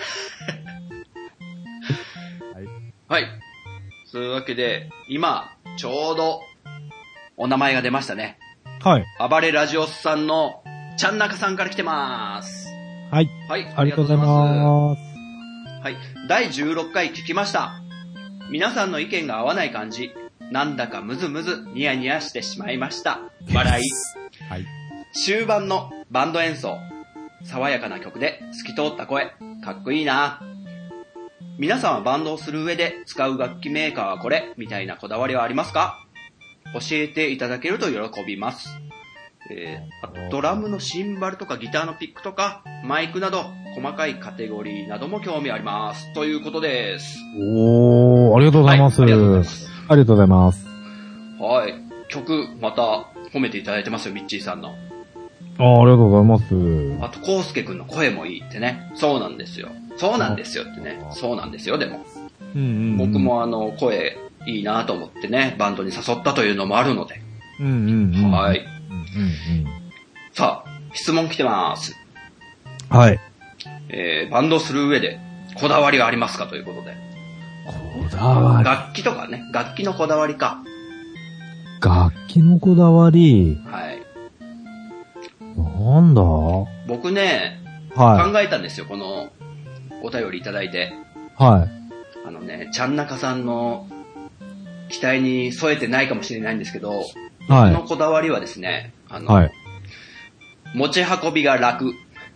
はい。そういうわけで、今、ちょうど、お名前が出ましたね。 はい。 暴れラジオスさんの、ちゃんなかさんから来てます。 はい。 はい、 ありがとうございます。 はい。第16回聞きました。皆さんの意見が合わない感じ、なんだかムズムズ、ニヤニヤしてしまいました。笑い。 はい。 終盤のバンド演奏。爽やかな曲で透き通った声。かっこいいな。皆さんはバンドをする上で使う楽器メーカーはこれみたいなこだわりはありますか？教えていただけると喜びます。あとドラムのシンバルとかギターのピックとかマイクなど細かいカテゴリーなども興味あります。ということです。 おー、ありがとうございます。 はい、ありがとうございます。 ありがとうございます。 はい。曲、また褒めていただいてますよ、ミッチーさんの。 ありがとうございます。 あと、コウスケくんの声もいいってね。そうなんですよ。そうなんですよってね。そうなんですよ、でも。僕も声いいなと思ってね、バンドに誘ったというのもあるので。はい。さあ、質問来てます。 はい。 バンドする上で、こだわりはありますかということで。 こだわり。 楽器とかね、楽器のこだわりか。 楽器のこだわり。 はい。 なんだ？ 僕ね、 はい。 考えたんですよ、このお便りいただいて。 はい。 ちゃんなかさんの期待に添えてないかもしれないんですけど、 はい。 僕のこだわりはですね、 はい。 持ち運びが楽。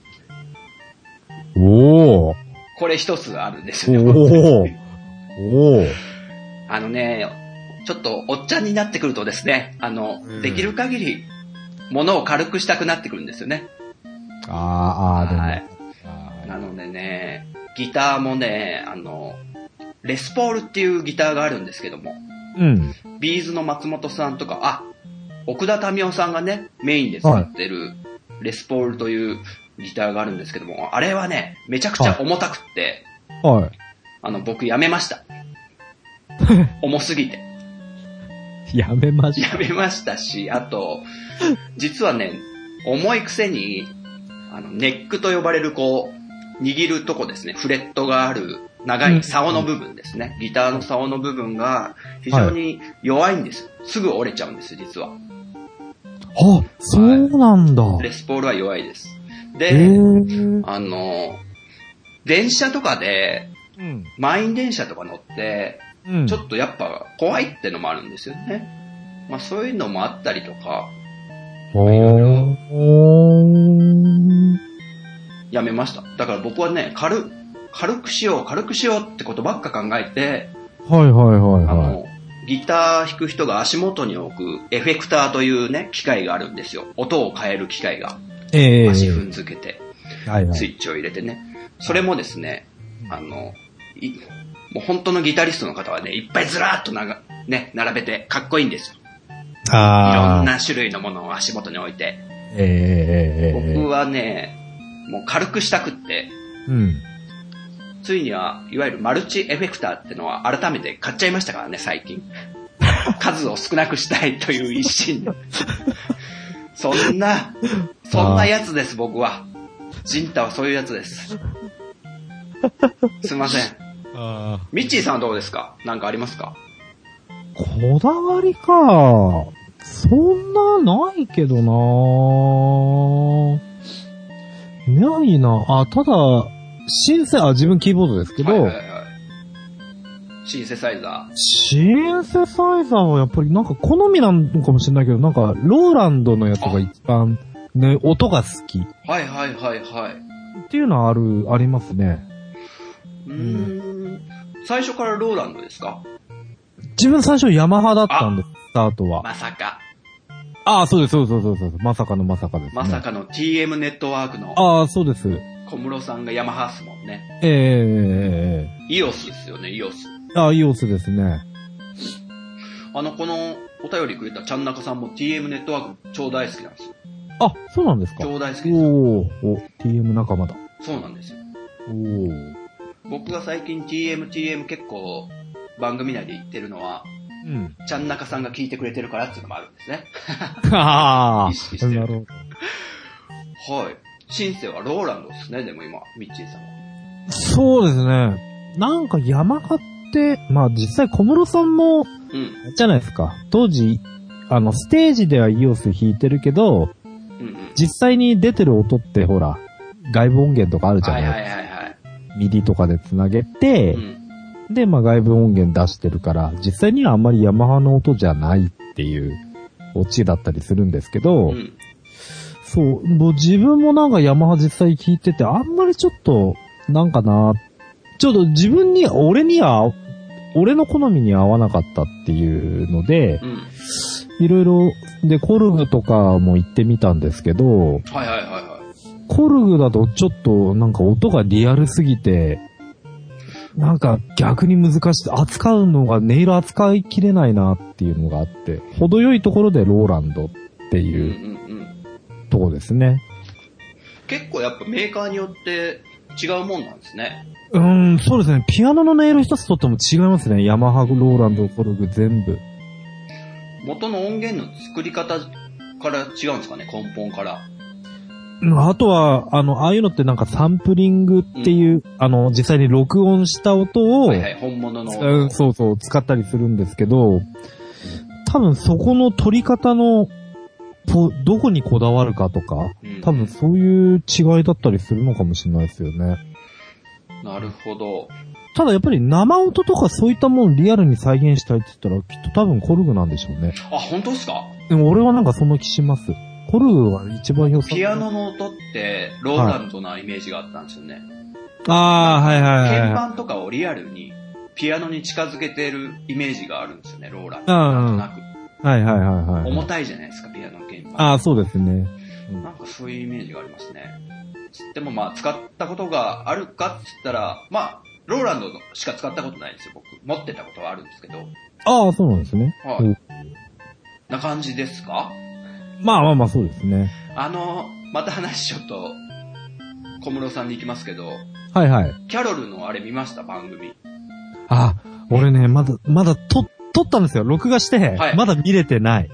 おー。 これ一つあるんですよ。 おー。 ちょっとおっちゃんになってくるとですね、できる限り、物を軽くしたくなってくるんですよね。 でも。 はい。なのでね、ギターもね、レスポールっていうギターがあるんですけども、ビーズの松本さんとか、奥田民生さんがね、メインで使ってるレスポールというギターがあるんですけども、あれはね、めちゃくちゃ重たくって、 はい。 僕やめました。重すぎて。 やめましたし、あと、実はね、重いくせに、ネックと呼ばれるこう、握るとこですね、フレットがある長い竿の部分ですね。ギターの竿の部分が非常に弱いんですよ。すぐ折れちゃうんです、実は。 あ、そうなんだ。 レスポールは弱いです。で、電車とかで、満員電車とか乗って、ちょっとやっぱ怖いってのもあるんですよね。まあそういうのもあったりとか、やめました。だから僕はね、軽くしようってことばっか考えて、ギター弾く人が足元に置くエフェクターというね、機械があるんですよ。音を変える機械が。足踏んづけて、スイッチを入れてね。それもですね、もう本当のギタリストの方はね、いっぱいずらーっと並べてかっこいいんですよ。いろんな種類のものを足元に置いて。僕はね、もう軽くしたくって、ついにはいわゆるマルチエフェクターってのは改めて買っちゃいましたからね、最近。数を少なくしたいという一心で。そんなやつです、僕は。ジンタはそういうやつです。すいません。ミッチーさんはどうですか？なんかありますか？ こだわりか。そんなないけどな。ないな。ただ、自分キーボードですけど、 シンセサイザー。 シンセサイザーはやっぱりなんか好みなのかもしれないけど、なんかローランドのやつが一番ね、音が好き。っていうのはありますね。 最初からローランドですか？ 自分最初ヤマハだったんです、スタートは。 まさか。 そうです。まさかのまさかですね。 まさかの TM ネットワークの。 そうです。 小室さんがヤマハっすもんね。イオスですよね、イオス。 イオスですね。 このお便りくれたちゃんなかさんも TM ネットワーク超大好きなんですよ。 そうなんですか？ 超大好きですよ。 TM 仲間だ。 そうなんですよ。僕が最近 TM 結構番組内で言ってるのは、ちゃんなかさんが聞いてくれてるからっていうのもあるんですね。意識してる。なるほど。はい。シンセはローランドですね、でも今、ミッチーさんは。 そうですね。なんかヤマハって、実際小室さんも、じゃないですか。当時、ステージではイオス弾いてるけど、実際に出てる音ってほら、外部音源とかあるじゃないですか。ミディとかでつなげて、で、外部音源出してるから、実際にはあんまりヤマハの音じゃないっていうオチだったりするんですけど、もう自分もなんかヤマハ実際聞いてて、あんまりちょっと、なんかな、ちょっと俺の好みに合わなかったっていうので、いろいろ、で、コルグとかも行ってみたんですけど、コルグだとちょっとなんか音がリアルすぎて、なんか逆に難しい、音色扱いきれないなっていうのがあって、程よいところでローランドっていうとこですね。 結構やっぱメーカーによって違うもんなんですね。 そうですね。ピアノの音色一つとっても違いますね。ヤマハ、ローランド、コルグ全部。 元の音源の作り方から違うんですかね、根本から。 あとは、ああいうのってなんかサンプリングっていう、実際に録音した音を、 本物の音。 そう、使ったりするんですけど、多分そこの取り方の、どこにこだわるかとか、多分そういう違いだったりするのかもしれないですよね。 なるほど。 ただやっぱり生音とかそういったものをリアルに再現したいって言ったら、きっと多分コルグなんでしょうね。 本当ですか？ でも俺はなんかその気します。コルグは一番良さそう。 ピアノの音って、ローランドなイメージがあったんですよね。鍵盤とかをリアルに、ピアノに近づけてるイメージがあるんですよね、ローランド。なんとなく。重たいじゃないですか、ピアノの鍵盤。 そうですね。 なんかそういうイメージがありますね。でも使ったことがあるかって言ったら、ローランドしか使ったことないんですよ、僕。持ってたことはあるんですけど。 そうなんですね。 な感じですか？ そうですね。 また話ちょっと、小室さんに行きますけど。キャロルのあれ見ました？番組。 俺ね、まだ撮ったんですよ。録画して、まだ見れてない。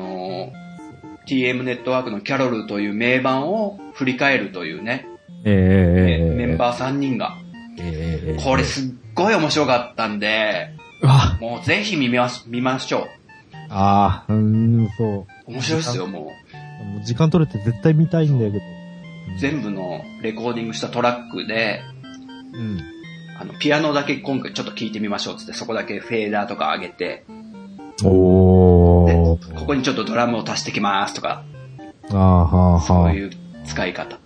TM ネットワークのキャロルという名盤を振り返るというね。メンバー3人が。 これすっごい面白かったんで、もうぜひ見ましょう。 そう。 面白いっすよ、もう。時間取れて絶対見たいんだけど。 全部のレコーディングしたトラックで、ピアノだけ今回ちょっと聴いてみましょうっつって、そこだけフェーダーとか上げて、でここにちょっとドラムを足してきますとか、そういう使い方。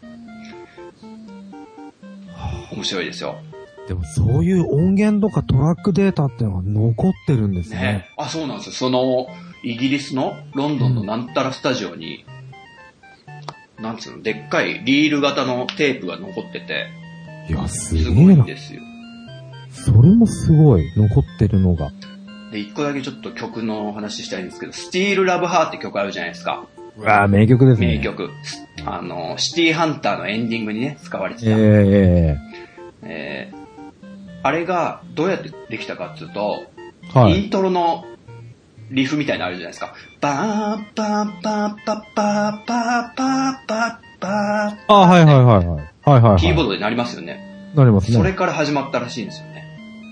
面白いですよ。 でもそういう音源とかトラックデータってのは残ってるんですね。 そうなんですよ。その、イギリスのロンドンのなんたらスタジオに、なんつうの、でっかいリール型のテープが残ってて。 いや、すごいんですよ。 それもすごい、残ってるのが。 で、一個だけちょっと曲の話したいんですけど、スティールラブハーって曲あるじゃないですか。 名曲ですね。 名曲。シティハンターのエンディングにね、使われてた。あれがどうやってできたかっていうと、イントロのリフみたいなのあるじゃないですか。バーンバーンバーンバーバーバーバーバーバー。 はい。 キーボードで鳴りますよね。 鳴りますね。 それから始まったらしいんですよね。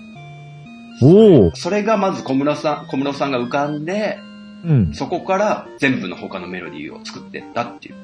それがまず小室さんが浮かんで、そこから全部の他のメロディーを作ってったっていう。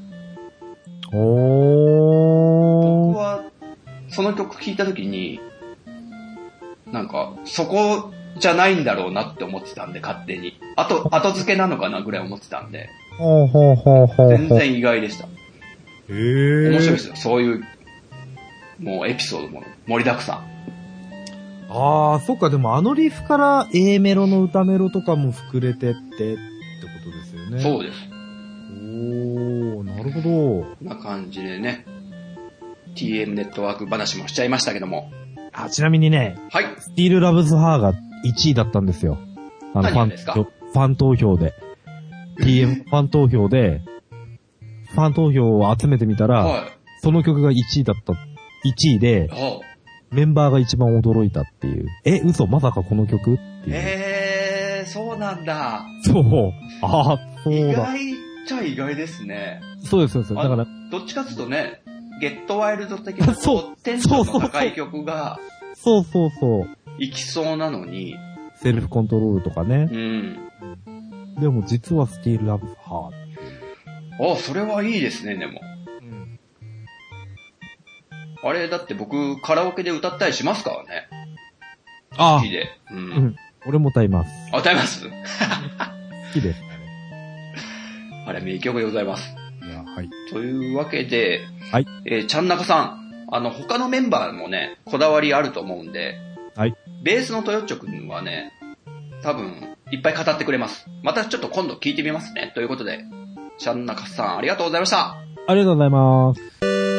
僕はその曲聴いたときに、なんかそこじゃないんだろうなって思ってたんで、勝手に。後付けなのかなぐらい思ってたんで。全然意外でした。面白いですよ。そういう、もうエピソードも盛りだくさん。 そっか、でもリフから A メロの歌メロとかも膨れてってことですよね。 そうです。 なるほど。こんな感じでね、TM ネットワーク話もしちゃいましたけども。 ちなみにね、スティールラブズハーが1位だったんですよ。 何ですか？ ファン投票で。TM ファン投票で、ファン投票を集めてみたら、その曲が1位だった。1位で、メンバーが一番驚いたっていう。嘘、まさかこの曲っていう。 そうなんだ。 そう。そうだ。 意外っちゃ意外ですね。 そうです。だから、 どっちかっていうとね、ゲットワイルド的なテンションの高い曲が、 そう。 いきそうなのに。 セルフコントロールとかね。でも実はスティールラブハー。それはいいですね、でも。あれ、だって僕、カラオケで歌ったりしますからね。好きで。 俺も歌います。 歌います好きです。 あれ、名曲でございます。 はい。 というわけで、 はい。 ちゃんなかさん、他のメンバーもね、こだわりあると思うんで、 はい。 ベースのトヨッチョくんはね、多分、いっぱい語ってくれます。またちょっと今度聞いてみますね。ということで、ちゃんなかさん、ありがとうございました。 ありがとうございます。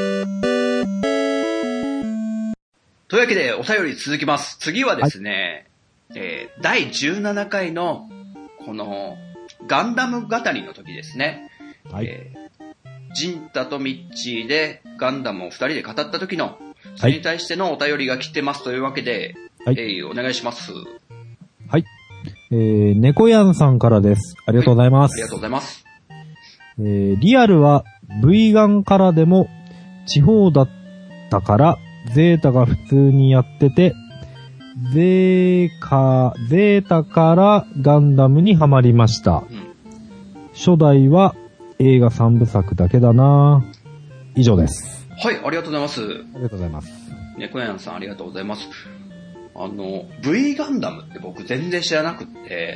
というわけで、お便り続きます。次はですね、第17回の、この、ガンダム語りの時ですね。ジンタとミッチーでガンダムを2人で語った時の、それに対してのお便りが来てますというわけで、お願いします。 はい。猫やんさんからです。ありがとうございます。 ありがとうございます。 リアルは V ガンからでも地方だったから、ゼータが普通にやってて、ゼータからガンダムにハマりました。初代は映画3部作だけだな。以上です。 はい、ありがとうございます。 ありがとうございます。 猫やんさんありがとうございます。V ガンダムって僕全然知らなくって、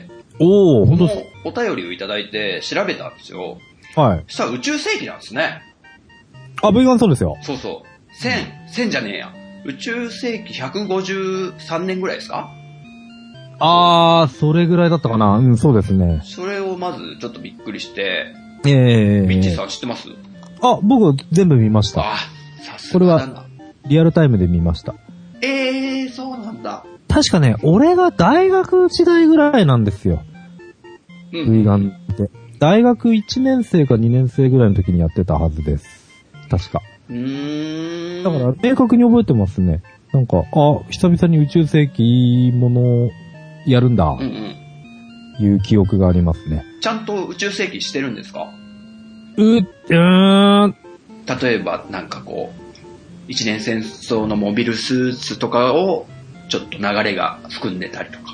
本当です。お便りをいただいて調べたんですよ。 はい。 そしたら宇宙世紀なんですね。 V ガンそうですよ。 そう。1000じゃねえや。宇宙世紀153年ぐらいですか？ それぐらいだったかな。そうですね。 それをまずちょっとびっくりして、 ミッチーさん知ってます？ 僕全部見ました。 さすがだな。 これはリアルタイムで見ました。 そうなんだ。 確かね、俺が大学時代ぐらいなんですよ。V ガンって。大学1年生か2年生ぐらいの時にやってたはずです。確か。だから明確に覚えてますね。なんか、久々に宇宙世紀ものをやるんだ。いう記憶がありますね。 ちゃんと宇宙世紀してるんですか？ 例えば、なんかこう、 一年戦争のモビルスーツとかをちょっと流れが含んでたりとか。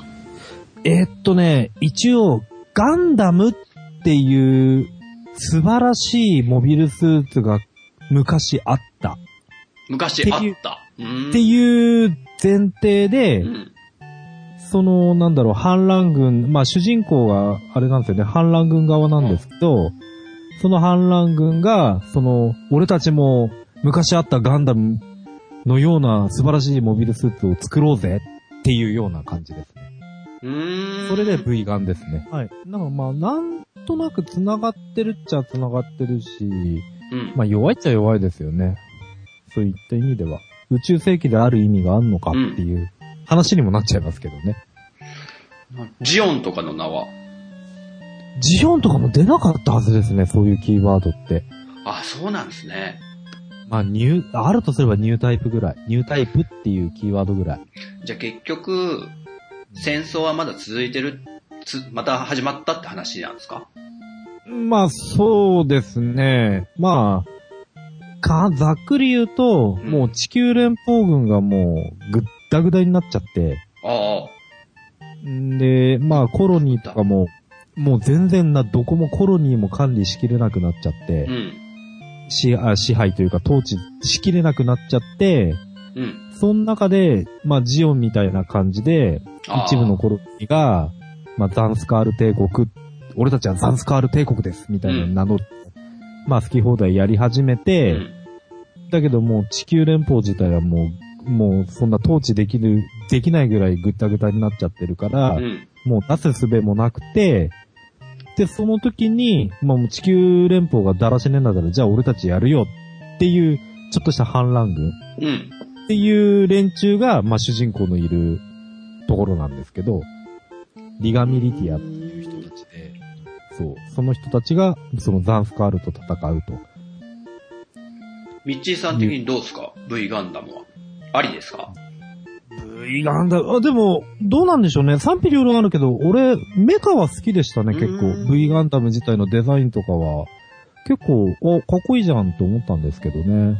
一応、ガンダムっていう素晴らしいモビルスーツが昔あった。 昔あった。 っていう前提で、反乱軍、まあ主人公があれなんですよね、反乱軍側なんですけど、その反乱軍が、俺たちも昔あったガンダムのような素晴らしいモビルスーツを作ろうぜっていうような感じですね。それで V ガンですね。はい。なんとなく繋がってるっちゃ繋がってるし、まあ弱いっちゃ弱いですよね。そういった意味では。宇宙世紀である意味があんのかっていう話にもなっちゃいますけどね。 ジオンとかの名は？ ジオンとかも出なかったはずですね、そういうキーワードって。 あ、そうなんですね。 まああるとすればニュータイプぐらい。ニュータイプっていうキーワードぐらい。 じゃあ結局、戦争はまだ続いてる、また始まったって話なんですか？ まあそうですね。まあ、ざっくり言うと、もう地球連邦軍がもうぐったぐだになっちゃって。で、まあコロニーとかも、もう全然どこもコロニーも管理しきれなくなっちゃって、支配というか統治しきれなくなっちゃって、その中で、まあジオンみたいな感じで、一部のコロニーが、まあザンスカール帝国、俺たちはザンスカール帝国です、みたいな名乗って、まあ好き放題やり始めて、だけどもう地球連邦自体はもうそんな統治できないぐらいぐったぐたになっちゃってるから、もうなすすべもなくて、で、その時に、まあもう地球連邦がだらしねえんだったら、じゃあ俺たちやるよっていう、ちょっとした反乱軍。っていう連中が、まあ主人公のいるところなんですけど、リガミリティアっていう人たちで、その人たちが、そのザンスカールと戦うと。 ミッチーさん的にどうですか？ V ガンダムは。ありですか？ V ガンダム、でも、どうなんでしょうね。賛否両論あるけど、俺、メカは好きでしたね、結構。V ガンダム自体のデザインとかは、結構、かっこいいじゃんと思ったんですけどね。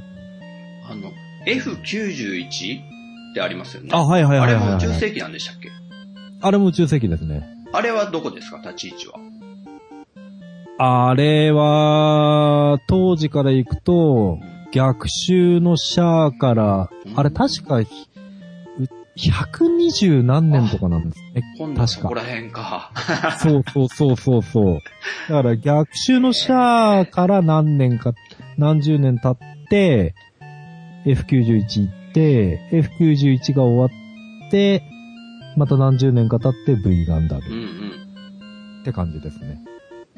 F91 ってありますよね。 はい。あれも宇宙世紀なんでしたっけ？ あれも宇宙世紀ですね。 あれはどこですか？立ち位置は。 あれは、当時から行くと、逆襲のシャアから、あれ確か、120何年とかなんですね。 今度はそこら辺か。 そう。だから逆襲のシャアから何十年経って、F91 行って、F91 が終わって、また何十年か経って V ガンダム。って感じですね。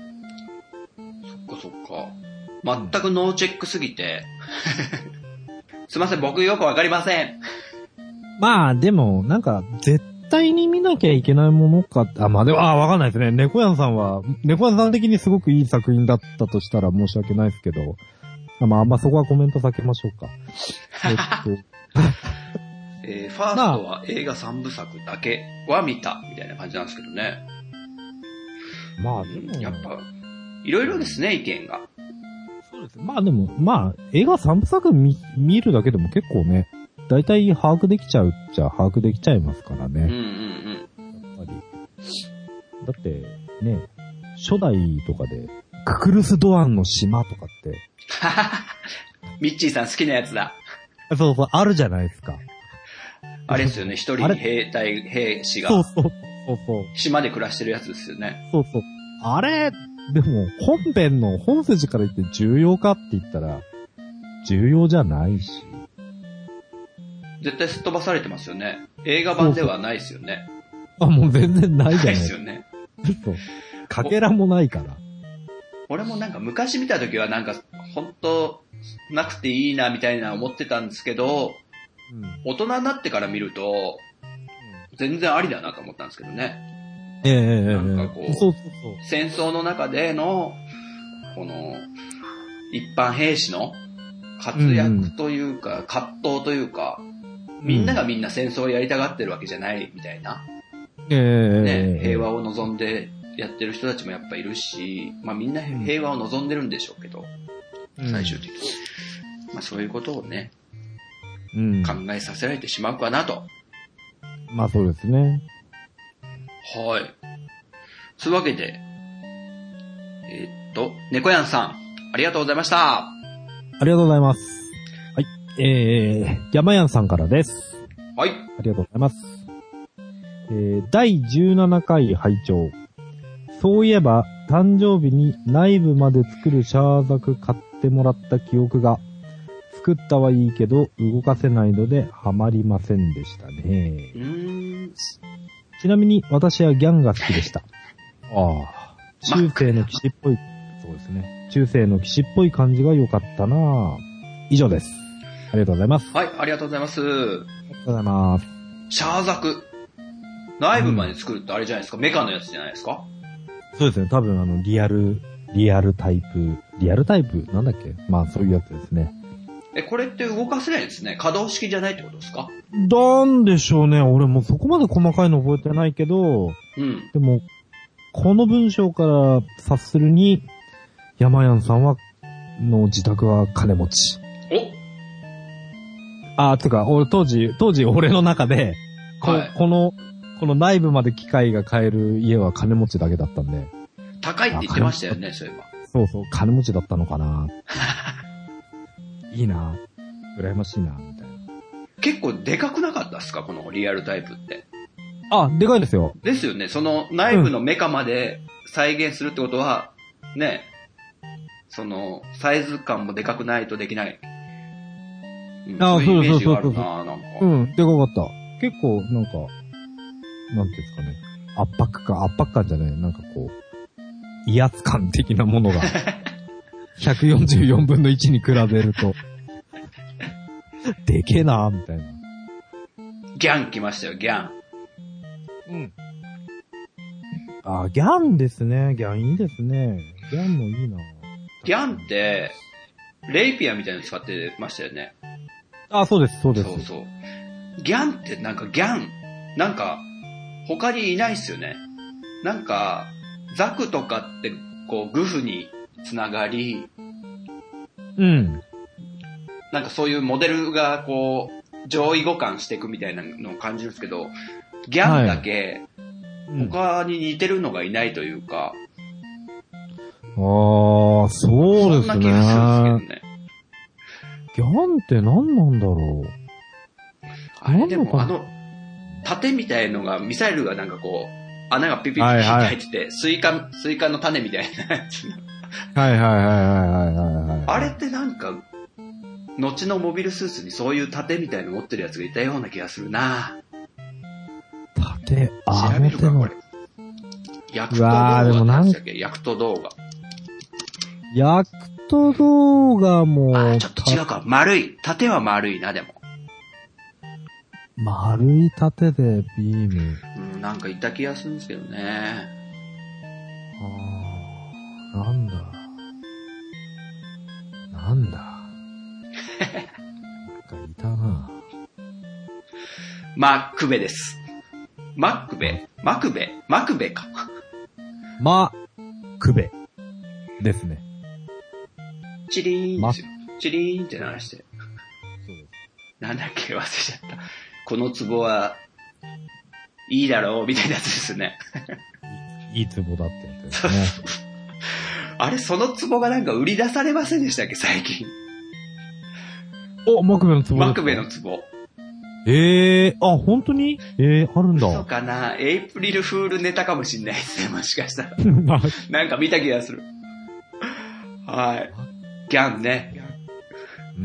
そっか。全くノーチェックすぎて。すいません、僕よくわかりません。 まあ、でも、絶対に見なきゃいけないものか、わかんないですね。猫屋さん的にすごくいい作品だったとしたら申し訳ないですけど、あんまそこはコメント避けましょうか。 ファーストは映画3部作だけは見た、みたいな感じなんですけどね。 まあ、でも。 やっぱ、いろいろですね、意見が。 そうです。まあでも、映画3部作見るだけでも結構ね、大体把握できちゃうっちゃ把握できちゃいますからね。やっぱり。だって、ね、初代とかで、ククルス・ドアンの島とかって。 ミッチーさん好きなやつだ。 そう、あるじゃないですか。 あれですよね、一人兵士が。そう。島で暮らしてるやつですよね。 そう。あれ、でも、本筋から言って重要かって言ったら、重要じゃないし。 絶対すっ飛ばされてますよね。映画版ではないですよね。 もう全然ないじゃないですよね。 そう。かけらもないから。 俺も昔見た時は本当なくていいなみたいな思ってたんですけど、大人になってから見ると、全然ありだなと思ったんですけどね。 そう。 戦争の中での、この、一般兵士の活躍というか、葛藤というか、みんながみんな戦争をやりたがってるわけじゃないみたいな。平和を望んでやってる人たちもやっぱいるし、みんな平和を望んでるんでしょうけど、最終的に。そういうことをね、 うん。 考えさせられてしまうかなと。 まあそうですね。 はい。そういうわけで、猫やんさん、ありがとうございました。 ありがとうございます。はい。山やんさんからです。 はい。 ありがとうございます。第17回拝聴。そういえば、誕生日に内部まで作るシャーザク買ってもらった記憶が、作ったはいいけど、動かせないので、ハマりませんでしたね。ちなみに、私はギャンが好きでした。ああ、中世の騎士っぽい、そうですね。中世の騎士っぽい感じが良かったな。以上です。ありがとうございます。 はい、ありがとうございます。 ありがとうございます。 シャーザク。内部まで作るってあれじゃないですか、メカのやつじゃないですか？ そうですね。多分リアルタイプなんだっけ？まあそういうやつですね。 これって動かせないですね。可動式じゃないってことですか？ なんでしょうね。俺もそこまで細かいの覚えてないけど、 うん。 でも、この文章から察するに、山やんさんの自宅は金持ち。つか、俺当時俺の中で、 はい、 この内部まで機械が買える家は金持ちだけだったんで。 高いって言ってましたよね、そういえば。 そうそう、金持ちだったのかな。いいな。羨ましいな、みたいな。 結構でかくなかったっすか、このリアルタイプって。 でかいですよ。 ですよね。その内部のメカまで再現するってことは、ね、そのサイズ感もでかくないとできない。そういうイメージがあるな、なんか。 うん、でかかった。結構、なんか、なんていうんですかね。圧迫感じゃない。なんかこう、威圧感的なものが、144分の1に比べると、でけえなーみたいな。 ギャン来ましたよ、ギャン。 うん。ギャンですね。ギャンいいですね。ギャンもいいな。 ギャンって、レイピアみたいなの使ってましたよね。 そうです、そうです。 そうそう。ギャンってなんかなんか、他にいないっすよね。なんか、ザクとかって、こう、グフにつながり、 うん。 なんかそういうモデルが、こう、上位互換していくみたいなのを感じるんですけど、ギャンだけ、他に似てるのがいないというか、 そうですね。 そんな気がするんですけどね。 ギャンって何なんだろう。 あれでも盾みたいのが、ミサイルがなんかこう、穴がピピピピって入ってて、スイカの種みたいなやつ。 はい。あれってなんか、後のモビルスーツにそういう盾みたいの持ってるやつがいたような気がするな。 盾、 調べるか、これ。ヤクト動画ってやつだっけ？ヤクト動画。 ヤクト動画も、 ちょっと違うか。盾は丸いな、でも。 丸い盾でビーム。 なんかいた気がするんですけどね。 なんだ。なんかいたな。 マクベです。マクベか。マクベですね。 チリーンですよ。チリーンって鳴らして。そうです。なんだっけ忘れちゃった。この壺はいいだろうみたいなやつですね。 いい壺だってやつですね。 あれ、その壺がなんか売り出されませんでしたっけ、最近。 マクベの壺。 マクベの壺。 本当にあるんだ。 そうかな。エイプリルフールネタかもしんないですね、もしかしたら。なんか見た気がする。はい。ギャンね。 うん。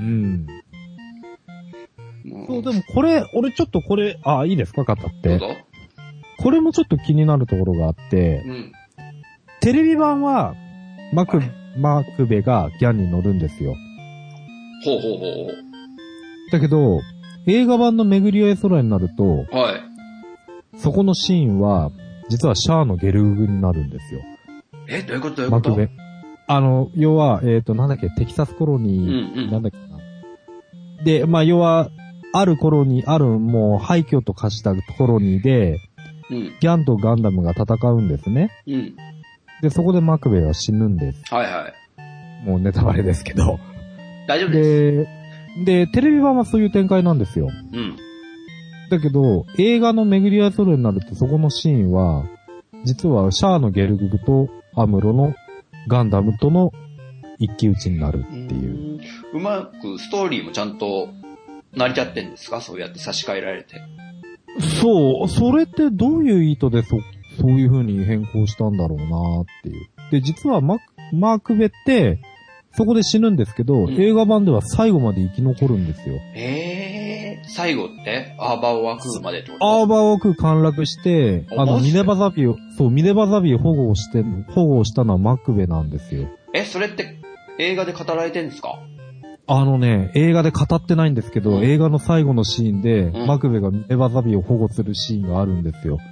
そう、でも俺ちょっといいですか、語って。 どうぞ。 これもちょっと気になるところがあって、テレビ版は、マクベがギャンに乗るんですよ。 ほう。 だけど、映画版の巡り合い空になると、 はい。 そこのシーンは、実はシャアのゲルググになるんですよ。 どういうことマクベ。要は、なんだっけ、テキサスコロニー、なんだっけな。で、要は、あるもう廃墟と化したコロニーで、ギャンとガンダムが戦うんですね。で、そこでマクベは死ぬんです。 はいはい。 もうネタバレですけど。 大丈夫です。 で、テレビ版はそういう展開なんですよ。 うん。 だけど、映画の巡り合いソロになるとそこのシーンは、実はシャアのゲルググとアムロのガンダムとの一騎打ちになるっていう。 うまくストーリーもちゃんと成り立ってんですか？そうやって差し替えられて。 そう、それってどういう意図でそういう風に変更したんだろうなっていう。で、実はマークベって、そこで死ぬんですけど、映画版では最後まで生き残るんですよ。 最後ってアーバーを食うまでってこと？ アーバーを食う陥落して、ミネバザビーを保護したのはマクベなんですよ。 それって映画で語られてんですか？ 映画で語ってないんですけど、映画の最後のシーンで、マクベがミネバザビーを保護するシーンがあるんですよ。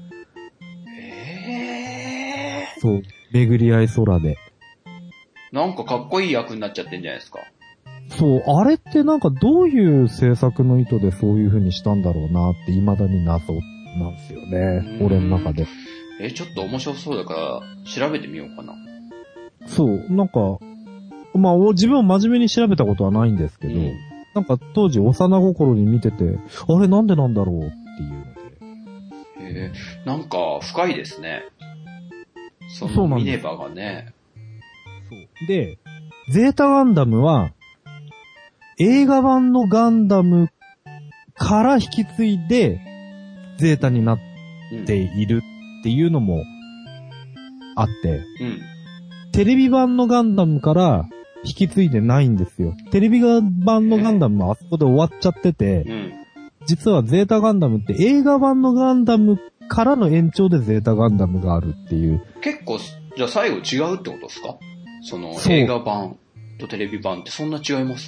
そう、巡り合い空で。 なんかかっこいい役になっちゃってんじゃないですか。 そう、あれってなんかどういう制作の意図でそういう風にしたんだろうなって未だに謎なんですよね。俺の中で。 ちょっと面白そうだから調べてみようかな。 そう、なんか、自分は真面目に調べたことはないんですけど、なんか当時幼心に見てて、あれなんでなんだろうっていうので。 なんか深いですね。そうミネバがね。 そう。で、ゼータガンダムは、映画版のガンダムから引き継いで、ゼータになっているっていうのもあって、テレビ版のガンダムから引き継いでないんですよ。テレビ版のガンダムもあそこで終わっちゃってて、実はゼータガンダムって映画版のガンダムからの延長でゼータガンダムがあるっていう。 結構、じゃあ最後違うってことですか？映画版とテレビ版ってそんな違います？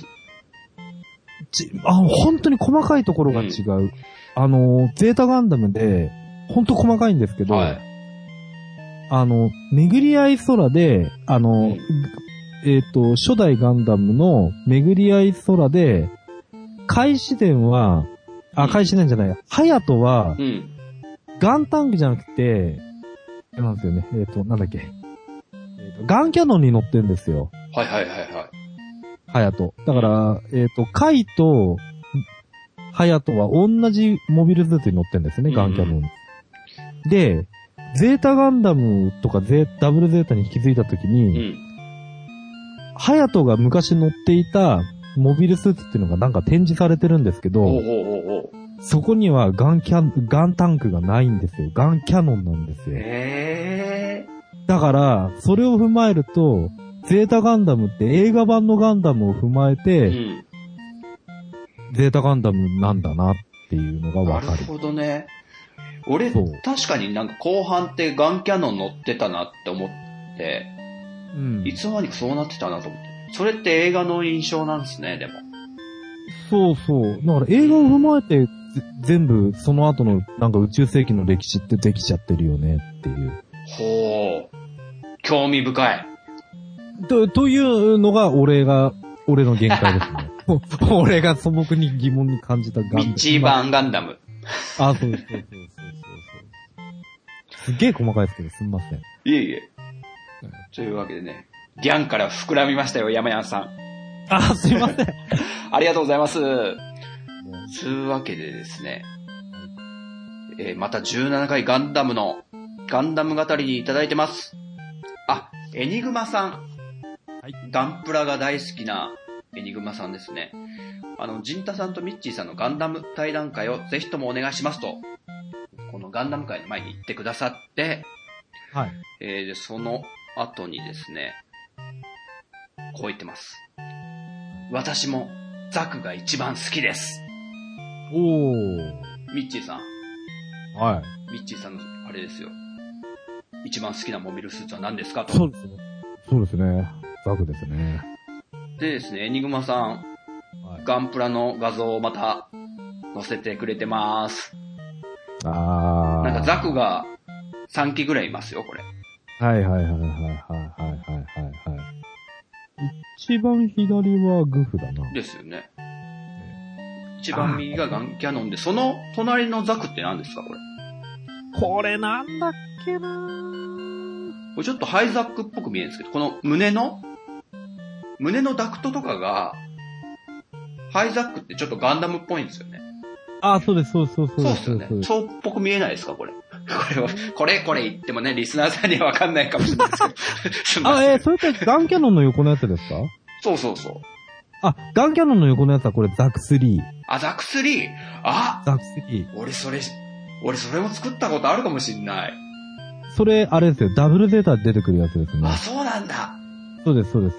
本当に細かいところが違う。ゼータガンダムで、本当細かいんですけど、巡り合い空で、初代ガンダムの巡り合い空で、開始伝は、開始伝じゃない、ハヤトは、ガンタンクじゃなくて、なんですよね、なんだっけ、ガンキャノンに乗ってんですよ。 はい。 ハヤト。だから、カイと、ハヤトは同じモビルスーツに乗ってんですね、ガンキャノンに。で、ゼータガンダムとかダブルゼータに引き継いだときに、ハヤトが昔乗っていたモビルスーツっていうのがなんか展示されてるんですけど、そこにはガンタンクがないんですよ。ガンキャノンなんですよ。だから、それを踏まえると、ゼータガンダムって映画版のガンダムを踏まえて、ゼータガンダムなんだなっていうのがわかる。 なるほどね。俺、確かになんか後半ってガンキャノン乗ってたなって思って、いつの間にかそうなってたなと思って。それって映画の印象なんですね、でも。 そう。だから映画を踏まえて、全部その後のなんか宇宙世紀の歴史ってできちゃってるよねっていう。 ほう。興味深い。 というのが俺の限界ですね。俺が素朴に疑問に感じたガンダム。 一番ガンダム。 そう。すっげえ細かいですけど、すみません。 いえ。というわけでね、ギャンから膨らみましたよ、山谷さん。 すいません。 ありがとうございます。というわけでですね、また17回ガンダム語りにいただいてます。エニグマさん。ガンプラが大好きなエニグマさんですね。ジンタさんとミッチーさんのガンダム対談会をぜひともお願いしますと、このガンダム会の前に言ってくださって、でその後にですね、こう言ってます。私もザクが一番好きです。ミッチーさん。ミッチーさんのあれですよ。一番好きなモビルスーツは何ですかと。 そうですね。ザクですね。 でですね、エニグマさん、ガンプラの画像をまた載せてくれてます。なんかザクが3機ぐらいいますよ、これ。 はい。一番左はグフだな。 ですよね。一番右がガンキャノンで、その隣のザクって何ですか、これ。 これなんだっけなこれちょっとハイザックっぽく見えるんですけど、この胸のダクトとかが、 ハイザックってちょっとガンダムっぽいんですよね。 あ、そうです、そうです、そうです。 そうですよね。そうっぽく見えないですか、これ。これ言ってもね、リスナーさんにはわかんないかもしれないですけど。 それってガンキャノンの横のやつですか？ そうそうそう。 あ、ガンキャノンの横のやつはこれザク3。 あ、ザク 3？ あ、 ザク3。 俺それも作ったことあるかもしんない。 それ、あれですよ、ダブルゼータで出てくるやつですね。 あ、そうなんだ。 そうです、そうです。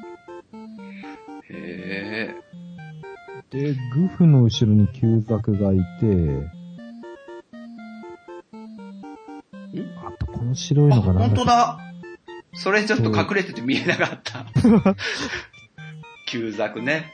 へー。で、グフの後ろに旧ザクがいて、あとこの白いのが本当だ。それちょっと隠れてて見えなかった。旧ザクね。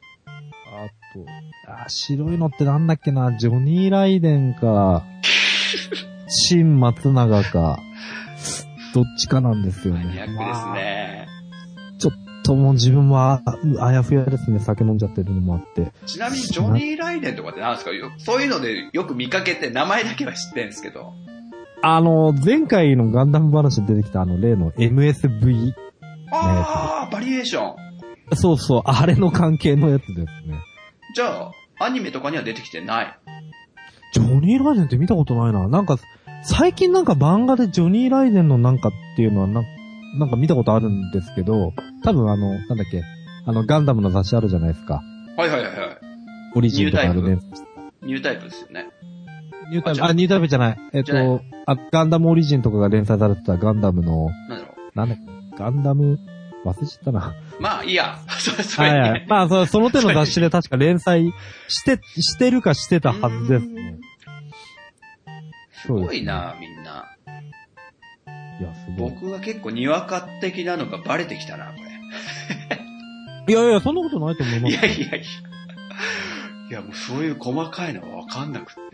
白いのってなんだっけな、ジョニー・ライデンか、新松永か、どっちかなんですよね。 マニアックですね。 ちょっともう自分はあやふやですね、酒飲んじゃってるのもあって。 ちなみにジョニー・ライデンとかって何ですか？そういうのでよく見かけて名前だけは知ってるんですけど。 前回のガンダム話で出てきた例の MSV。 ああ、バリエーション。 そうそう、あれの関係のやつですね。 じゃあ、アニメとかには出てきてない？ ジョニー・ライデンって見たことないな。なんか、最近なんか漫画でジョニー・ライデンのなんかっていうのはなんか見たことあるんですけど、多分なんだっけ、ガンダムの雑誌あるじゃないですか。 はいはいはい。 オリジンとかあるね。 ニュータイプですよね。 ニュータイプじゃない。ガンダムオリジンとかが連載されてたガンダムの、なんだっけ、ガンダム、忘れちゃったな。 まあ、いいや。 まあ、その手の雑誌で確か連載してるかしてたはずですね。 すごいな、みんな。 いや、すごい。 僕が結構にわか的なのがバレてきたな、これ。いや、そんなことないと思います。 いや、もうそういう細かいのがわかんなくって。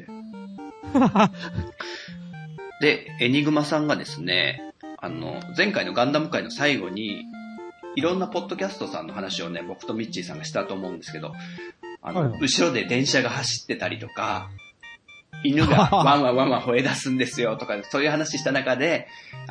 で、エニグマさんがですね、前回のガンダム会の最後に、いろんなポッドキャストさんの話をね、僕とミッチーさんがしたと思うんですけど、後ろで電車が走ってたりとか、犬がワンワン吠え出すんですよとか、そういう話した中で、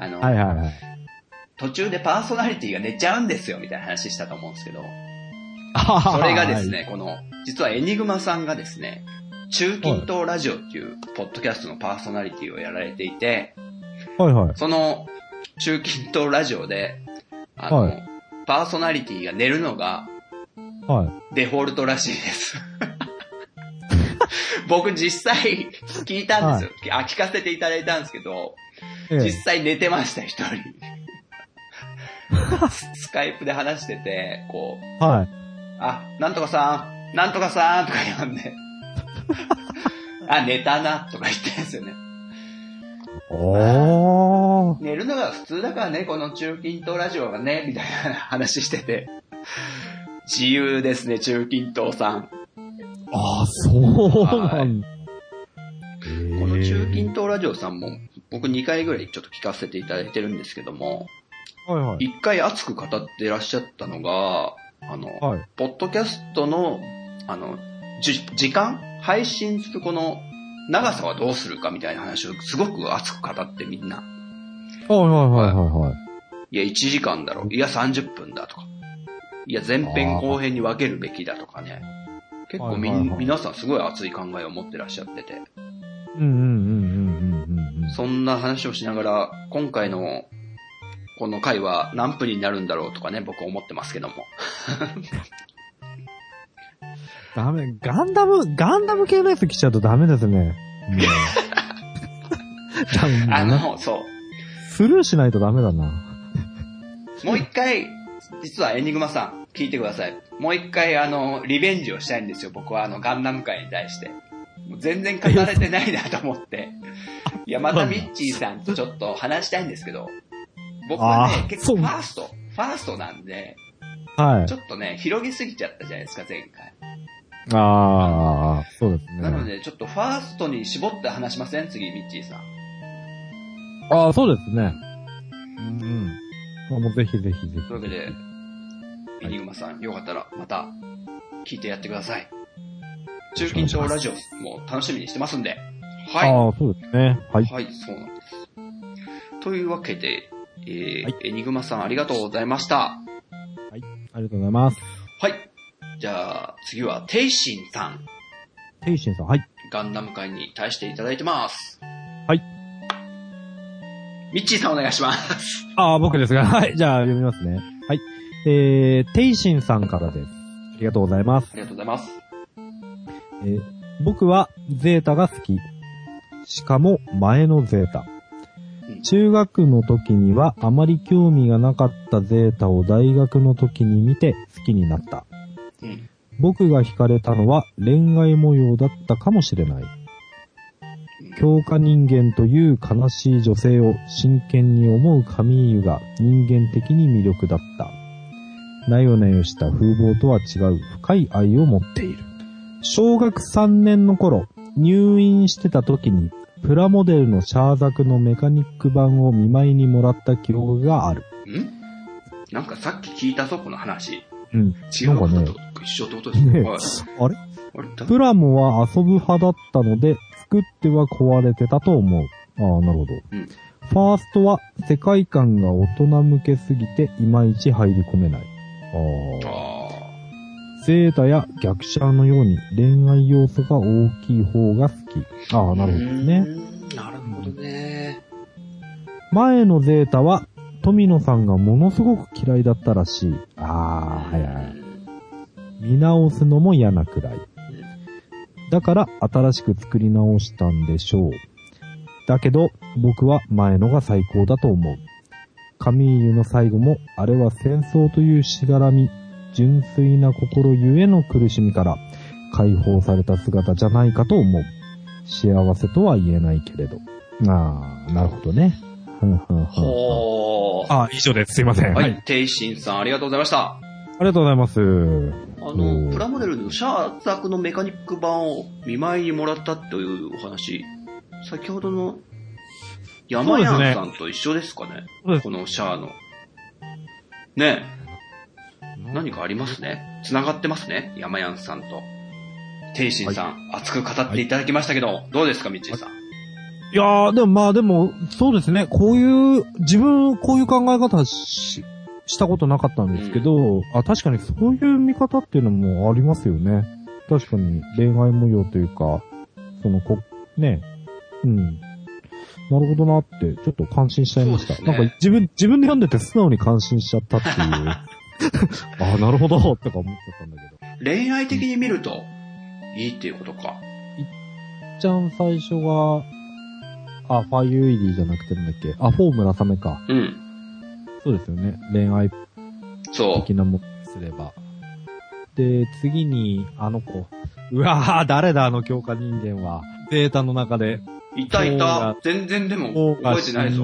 途中でパーソナリティが寝ちゃうんですよみたいな話したと思うんですけど、それがですね、実はエニグマさんがですね、中近東ラジオっていうポッドキャストのパーソナリティをやられていて、その中近東ラジオで、パーソナリティが寝るのが、デフォルトらしいです。僕実際聞いたんですよ。聞かせていただいたんですけど、実際寝てました、一人。スカイプで話してて、なんとかさんとか呼んで、寝たな、とか言ってるんですよね。寝るのが普通だからね、この中近東ラジオがね、みたいな話してて。自由ですね、中近東さん。 そうなんだ。 この中近東ラジオさんも、僕2回ぐらいちょっと聞かせていただいてるんですけども、1回熱く語ってらっしゃったのが、ポッドキャストの、時間配信するこの長さはどうするかみたいな話をすごく熱く語ってみんな。いや、1時間だろ。いや、30分だとか。いや、前編後編に分けるべきだとかね。結構皆さんすごい熱い考えを持ってらっしゃってて。そんな話をしながら、今回のこの回は何分になるんだろうとかね、僕思ってますけども。 ダメ、ガンダム系のやつ来ちゃうとダメですね。 そう。 スルーしないとダメだな。 もう一回、実はエニグマさん、聞いてください。もう一回リベンジをしたいんですよ、僕はガンダム界に対して。もう全然語れてないなと思って。いや、またミッチーさんとちょっと話したいんですけど、僕はね、結構ファーストなんで、ちょっとね、広げすぎちゃったじゃないですか、前回。 そうですね。 なので、ちょっとファーストに絞って話しません？次、ミッチーさん。 そうですね。もうぜひぜひぜひ。 というわけで、エニグマさん、よかったらまた聞いてやってください。中近東ラジオも楽しみにしてますんで。 そうですね。 はい、そうなんです。というわけで、エニグマさんありがとうございました。 ありがとうございます。 はい。 じゃあ、次は、テイシンさん。 テイシンさん、はい。 ガンダム会に対していただいてます。 はい。 ミッチーさんお願いします。 僕ですが、はい。じゃあ、読みますね。はい。テイシンさんからです。ありがとうございます。 ありがとうございます。 僕はゼータが好き。しかも前のゼータ。中学の時にはあまり興味がなかったゼータを大学の時に見て好きになった。僕が惹かれたのは恋愛模様だったかもしれない。強化人間という悲しい女性を真剣に思うカミーユが人間的に魅力だった。なよなよした風貌とは違う深い愛を持っている。小学3年の頃、入院してた時にプラモデルのシャーザクのメカニック版を見舞いにもらった記憶がある。 なんかさっき聞いたぞ、この話。 うん。 違うことと一緒ってことですね。 あれプラモは遊ぶ派だったので、作っては壊れてたと思う。なるほど。ファーストは世界観が大人向けすぎていまいち入り込めない。ゼータや逆シャアのように恋愛要素が大きい方が好き。なるほどね。 なるほどね。 前のゼータは富野さんがものすごく嫌いだったらしい。はいはい。見直すのも嫌なくらい。だから新しく作り直したんでしょう。だけど僕は前のが最高だと思う。カミーユの最後もあれは戦争というしがらみ、純粋な心ゆえの苦しみから解放された姿じゃないかと思う。幸せとは言えないけれど。なるほどね。以上です。すいません。 はい。テイシンさんありがとうございました。 ありがとうございます。 プラモデルのシャーザクのメカニック版を見舞いにもらったというお話、先ほどの山ヤンさんと一緒ですかね。このシャアの。ねえ。何かありますね。繋がってますね。山ヤンさんと。テイシンさん、熱く語っていただきましたけど、どうですか、ミッチーさん。 いやー、でも、そうですね。自分、こういう考え方したことなかったんですけど、確かにそういう見方っていうのもありますよね。確かに恋愛模様というか、なるほどなって、ちょっと感心しちゃいました。ね、なんか自分で読んでて素直に感心しちゃったっていう。なるほど、とか思っちゃったんだけど。 恋愛的に見ると、いいっていうことか。 いっちゃん最初が、ファイユーイリーじゃなくてなんだっけ。フォームラサメか。そうですよね。恋愛的なものすれば。で、次に、子。うわぁ、誰だ強化人間は。データの中で。 いた。全然でも覚えてないぞ。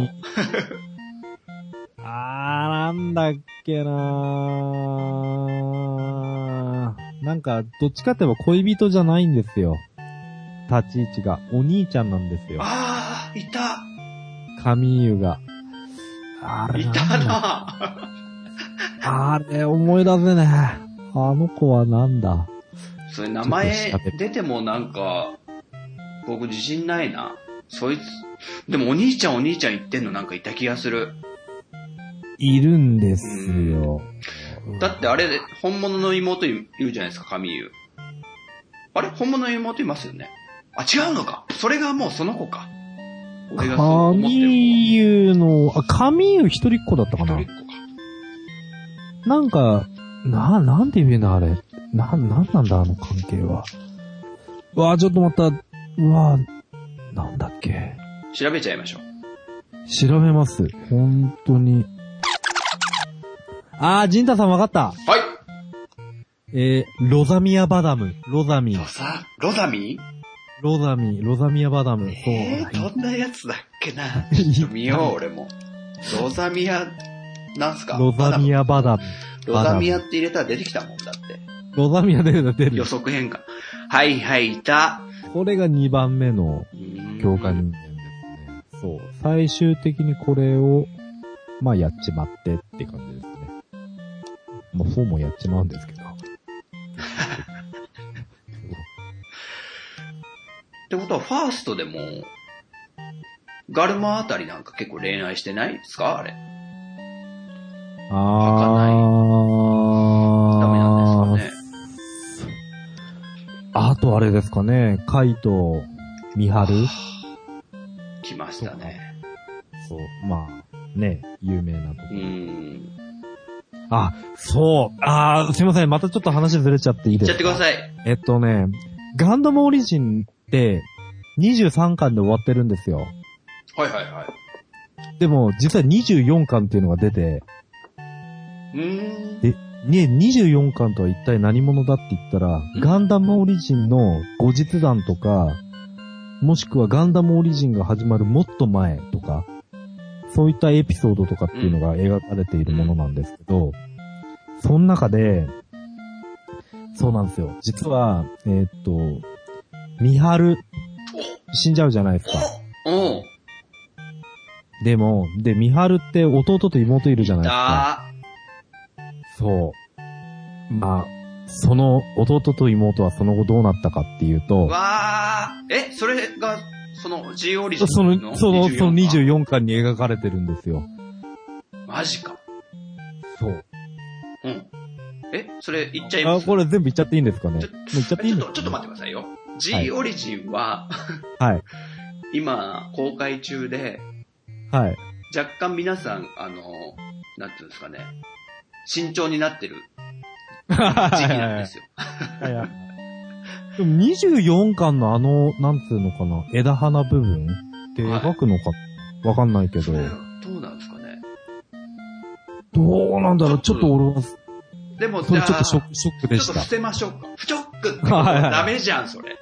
なんだっけななんか、どっちかって言えば恋人じゃないんですよ。立ち位置が。お兄ちゃんなんですよ。 いた。 カミーユが。 いたな思い出せねえ。子はなんだ。 それ名前出てもなんか、僕自信ないな。そいつ、でもお兄ちゃん言ってんのなんかいた気がする。 いるんですよ。 だってあれ、本物の妹いるじゃないですか、カミーユ。あれ本物の妹いますよね。違うのか。それがもうその子か。俺がそう思ってる。カミーユ一人っ子だったかな。 一人っ子か。 なんか、なんて言うんだあれ。なんなんだ関係は。ちょっとまた、なんだっけ。 調べちゃいましょう。調べます。本当に。ジンタさんわかった。 はい。 ロザミアバダム。ロザミアバダム。 どんなやつだっけな。見よう、俺も。ロザミア、なんすか？ ロザミアバダム。 ロザミアって入れたら出てきたもんだって。 ロザミア出る。 予測変化。いた。 これが2番目の強化人間ですね。そう。最終的にこれを、やっちまってって感じですね。4もやっちまうんですけど。 ってことは、ファーストでも、ガルマあたりなんか結構恋愛してないですかあれ。ダメなんですかね。 誰ですかね。カイとミハル。 来ましたね。 そう、まあ、ね、有名なとこ。あ、そう。すいません。またちょっと話ずれちゃっていいですか？ 言っちゃってください。 ガンダムオリジンって23巻で終わってるんですよ。 はいはいはい。 でも、実は24巻っていうのが出て、で、24巻とは一体何者だって言ったら、ガンダムオリジンの後日談とか、もしくはガンダムオリジンが始まるもっと前とか、そういったエピソードとかっていうのが描かれているものなんですけど、その中で、そうなんですよ。実は、ミハル、死んじゃうじゃないですか。でも、ミハルって弟と妹いるじゃないですか。そう。まあ、その弟と妹はその後どうなったかっていうと。 それが、その G オリジンのその24巻に描かれてるんですよ。 マジか。 そう。 それ言っちゃいます？ これ全部言っちゃっていいんですかね？言っちゃっていいんですかね？ ちょっと待ってくださいよ。G オリジンは、 はい。 今、公開中で、 はい。 若干皆さん、なんていうんですかね、慎重になってる時期なんですよ。 でも24巻のなんつうのかな、枝花部分って描くのかわかんないけど。 どうなんですかね。 どうなんだろう、ちょっと俺は、 でも、 それちょっとショックでした。 ちょっと捨てましょうか。ショックってダメじゃん、それ。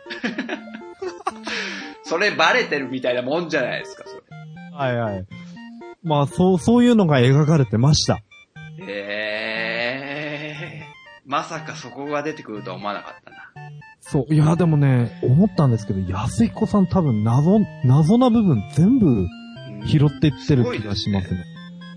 それバレてるみたいなもんじゃないですか、それ。 はいはい。まあ、そういうのが描かれてました。 まさかそこが出てくるとは思わなかったな。 そう。いや、でもね、思ったんですけど、安彦さん多分謎な部分全部拾っていってる気がしますね。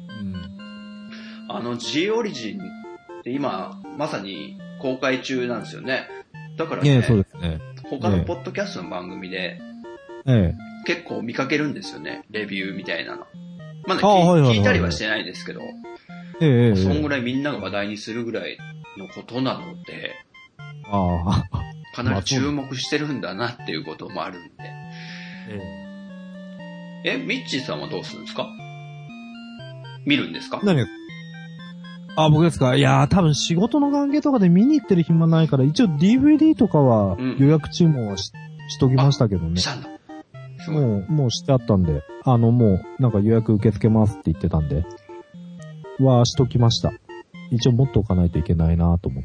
G オリジンって今、まさに公開中なんですよね。だからね、 そうですね。 他のポッドキャストの番組で、結構見かけるんですよね。レビューみたいなの。まだ聞いたりはしてないですけど、そんぐらいみんなが話題にするぐらいのことなので、かなり注目してるんだなっていうこともあるんで。ミッチーさんはどうするんですか？見るんですか？ 何が？僕ですか？いやー、多分仕事の関係とかで見に行ってる暇ないから、一応 DVD とかは予約注文はしときましたけどね。 したんだ。 もうしてあったんで、もうなんか予約受け付けますって言ってたんで、しときました。一応持っておかないといけないなと思って。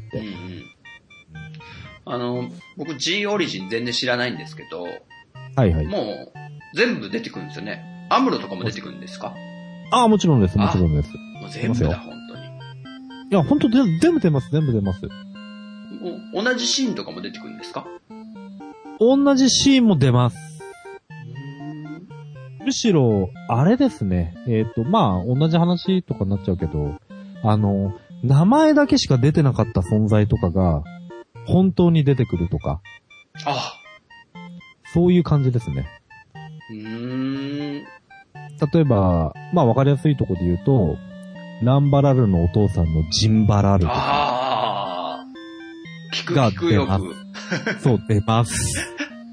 僕 G オリジン全然知らないんですけど、 はいはい。 もう全部出てくるんですよね。アムロとかも出てくるんですか？ もちろんです、もちろんです。 もう全部だ、本当に。 いや、本当全部出ます、全部出ます。 同じシーンとかも出てくるんですか？ 同じシーンも出ます。むしろ、あれですね。まあ、同じ話とかになっちゃうけど、名前だけしか出てなかった存在とかが、本当に出てくるとか。そういう感じですね。例えば、まあ、わかりやすいところで言うと、ランバラルのお父さんのジンバラルとか。 聞くよく。 そう、出ます。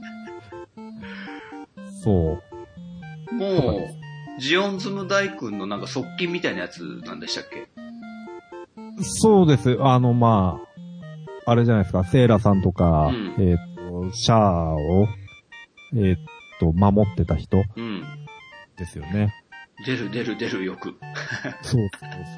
そう。 もう、ジオンズム大君のなんか側近みたいなやつなんでしたっけ？ そうです。まあ、あれじゃないですか、セイラさんとか、シャアを、守ってた人。ですよね。 出るよく。 そう。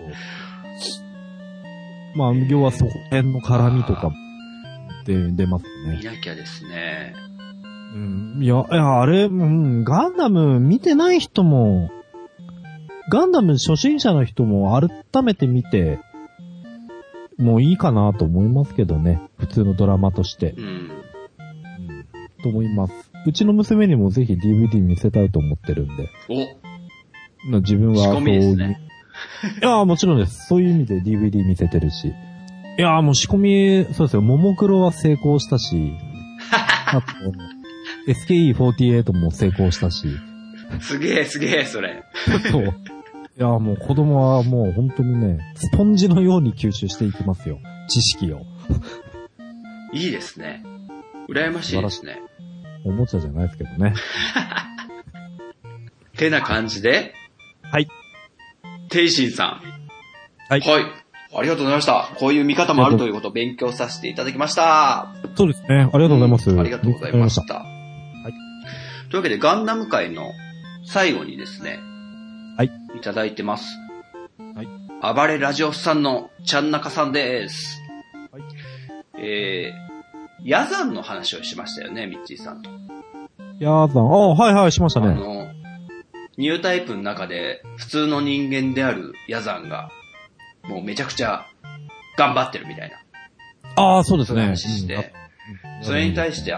まあ、要はそこら辺の絡みとかで出ますね。 見なきゃですね。 いや、あれ、ガンダム見てない人も、ガンダム初心者の人も改めて見て、もういいかなと思いますけどね。普通のドラマとして。と思います。うちの娘にもぜひ DVD 見せたいと思ってるんで。自分はそういう。仕込みですね。いや、もちろんです。そういう意味で DVD 見せてるし。いや、もう仕込み、そうですよ。ももクロは成功したし。あと、SKE48 も成功したし。 すげえ、それ。 そう。いや、もう子供はもう本当にね、スポンジのように吸収していきますよ。知識を。 いいですね。 羨ましいですね。 おもちゃじゃないですけどね。 てな感じで、 はい。 テイシンさん。 はい。 はい。ありがとうございました。こういう見方もあるということを勉強させていただきました。 そうですね。ありがとうございます。 ありがとうございました。はい。というわけで、ガンダム界の最後にですね。 はい。 いただいてます。 はい。 暴れラジオスさんのちゃんなかさんです。はい。ヤザンの話をしましたよね、ミッチーさんと。 ヤザン、はいはい、しましたね。 ニュータイプの中で普通の人間であるヤザンが、もうめちゃくちゃ頑張ってるみたいな。 そうですね。 話して、それに対して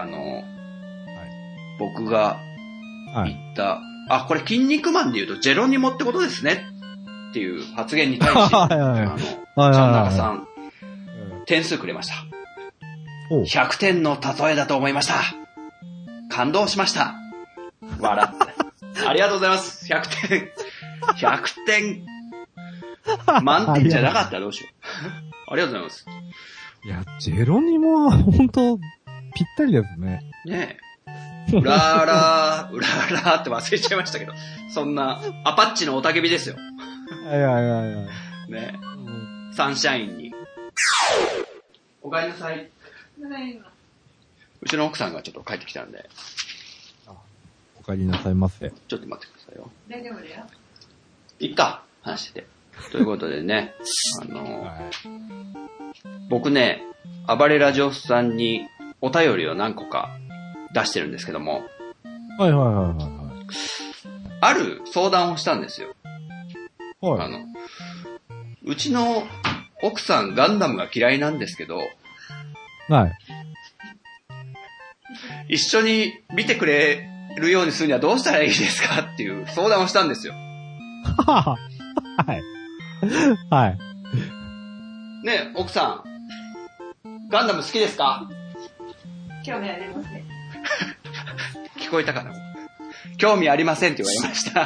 僕が言った、これ筋肉マンで言うとジェロニモってことですねっていう発言に対して、ちゃんなかさん、点数くれました。100点の例えだと思いました。感動しました。笑って。ありがとうございます。100点。100点。満点じゃなかったらどうしよう。ありがとうございます。 いや、ジェロニモは本当ぴったりですね。 ねえ。うらーらー、うらーらーって忘れちゃいましたけど、そんな、アパッチの雄たけびですよ。 はいはいはいはい。 ねえ。サンシャインに。おかえりなさい。うちの奥さんがちょっと帰ってきたんで。 おかえりなさいませ。 ちょっと待ってくださいよ。 大丈夫だよ。 いっか、話してて。ということでね、僕ね、暴れラジオスさんにお便りを何個か出してるんですけども、 はいはいはいはい。 ある相談をしたんですよ。 はい。 うちの奥さんガンダムが嫌いなんですけど、 はい。 一緒に見てくれるようにするにはどうしたらいいですかっていう相談をしたんですよ。 はい。はい。 ねえ、奥さん、ガンダム好きですか？ 興味ありません。 聞こえたかな？興味ありませんって言われました。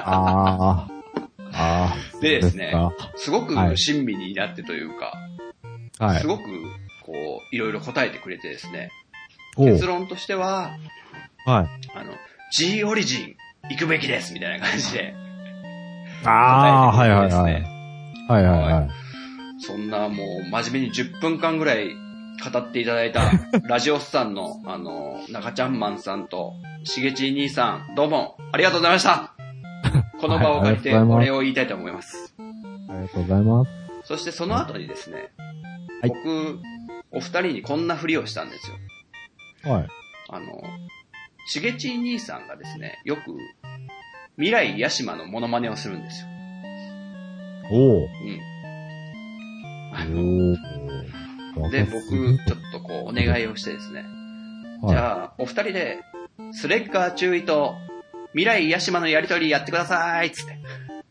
でですね、すごく親身になってというか、はい、すごくこういろいろ答えてくれてですね、結論としては、はい、G オリジン行くべきですみたいな感じで答えてくれてですね、はいはいはい。そんなもう真面目に10分間ぐらい語っていただいたラジオスさんの中ちゃんマンさんとしげち兄さん、どうもありがとうございました。この場を借りてお礼を言いたいと思います。 ありがとうございます。 そしてその後にですね、はい、僕、お二人にこんなふりをしたんですよ。はい。しげち兄さんがですね、よく未来ヤシマのモノマネをするんですよ。で、僕、ちょっとこう、お願いをしてですね。はい、じゃあ、お二人で、スレッガー注意と、未来ヤシマのやりとりやってくださいつって。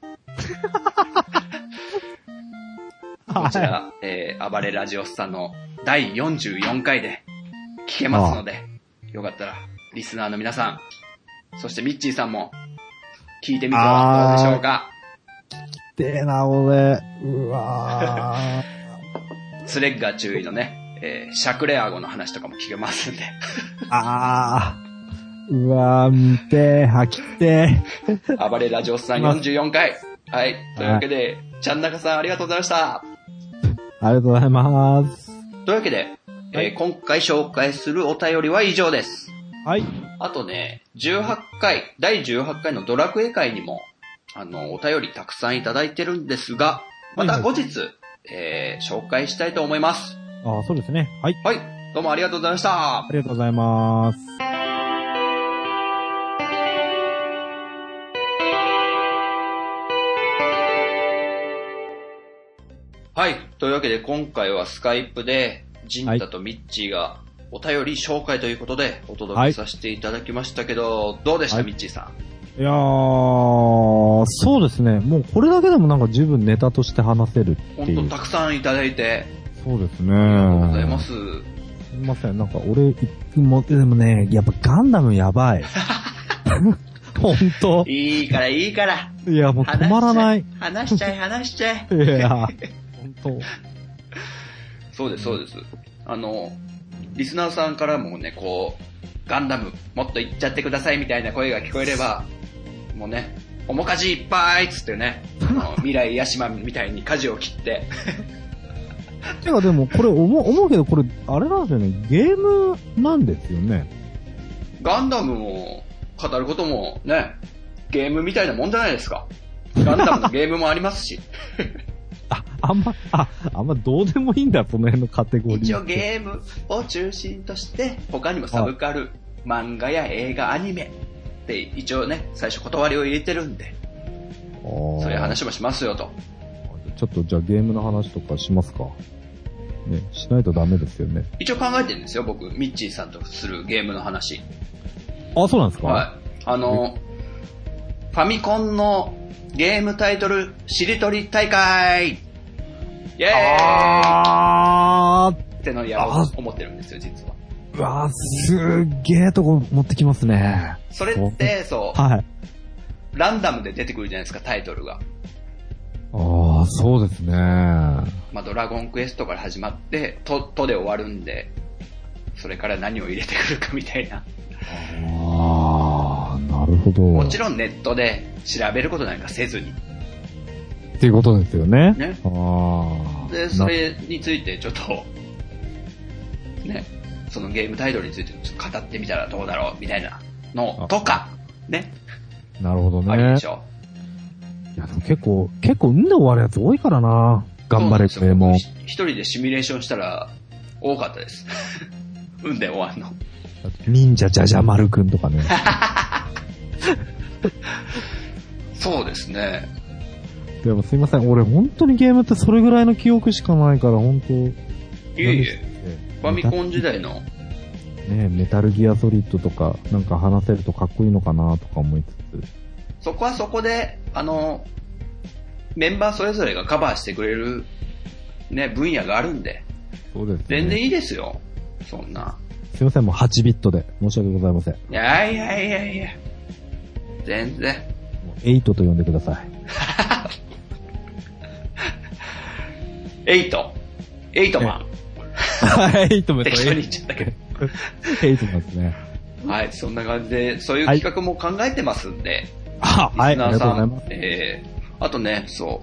こちら、暴れラジオスさんの第44回で聞けますので、よかったら、リスナーの皆さん、そしてミッチーさんも、聞いてみてはどうでしょうか。 きてえな、俺。うわー。スレッガー注意のね、シャクレアゴの話とかも聞けますんで。 うわー、見てー、吐きてー。暴れラジオスさん44回。はい。というわけで、ちゃんなかさんありがとうございました。 ありがとうございます。 というわけで、今回紹介するお便りは以上です。 はい。 あとね、第18回のドラクエ会にも、お便りたくさんいただいてるんですが、また後日、紹介したいと思います。 そうですね。はい。 はい。どうもありがとうございました。 ありがとうございます。 はい。というわけで今回はスカイプで、ジンタとミッチーがお便り紹介ということでお届けさせていただきましたけど、どうでした、ミッチーさん。 いやー、そうですね。もうこれだけでもなんか十分ネタとして話せるっていう。 本当たくさんいただいて。 そうですね。 ありがとうございます。すみません。なんか俺、でもね、やっぱガンダムやばい。ほんと。 いいからいいから。 いや、もう止まらない。 話しちゃえ。 いや、ほんと。 そうです。リスナーさんからもね、こう、 ガンダムもっと行っちゃってくださいみたいな声が聞こえれば、もうね、面かじいっぱいっつってね、未来ヤシマみたいに舵を切って。 てかでもこれ思うけど、これあれなんですよね、ゲームなんですよね。 ガンダムを語ることもね、ゲームみたいなもんじゃないですか。ガンダムのゲームもありますし。 あんまどうでもいいんだ、その辺のカテゴリー。 一応ゲームを中心として、他にもサブカル、漫画や映画、アニメって一応ね、最初断りを入れてるんで、そういう話もしますよと。 ちょっとじゃあゲームの話とかしますか。ね、しないとダメですよね。 一応考えてるんですよ、僕、ミッチーさんとするゲームの話。 あ、そうなんですか？ はい。ファミコンのゲームタイトルしりとり大会イェーイってのをやろうと思ってるんですよ、実は。 うわー、すっげーとこ持ってきますね。 それって、そう。 はい。 ランダムで出てくるじゃないですか、タイトルが。 ああ、そうですね。 まあ、ドラゴンクエストから始まって、とで終わるんで、それから何を入れてくるかみたいな。 ああ、なるほど。 もちろんネットで調べることなんかせずに。 っていうことですよね。 ね。 ああ。 で、それについてちょっと、ね、そのゲームタイトルについてちょっと語ってみたらどうだろうみたいなのとか、ね。 なるほどね。 ありでしょ。 いや、でも結構運で終わるやつ多いからな。頑張れっても。 一人でシミュレーションしたら多かったです。運で終わるの。 忍者じゃじゃ丸くんとかね。 そうですね。 でもすいません、俺本当にゲームってそれぐらいの記憶しかないから、本当。いえいえ。ファミコン時代の。 ね、メタルギアソリッドとか、なんか話せるとかっこいいのかなとか思いつつ。 そこはそこで、メンバーそれぞれがカバーしてくれる、ね、分野があるんで。 そうですね。 全然いいですよ。そんな。 すいません、もう8ビットで申し訳ございません。 いやいやいやいや。全然。 もう8と呼んでください。 エイトマン。 エイトマン。 適当に言っちゃったけど。 エイトマンですね。 はい、そんな感じで、そういう企画も考えてますんで。 はい、ありがとうございます。 あとね、そう、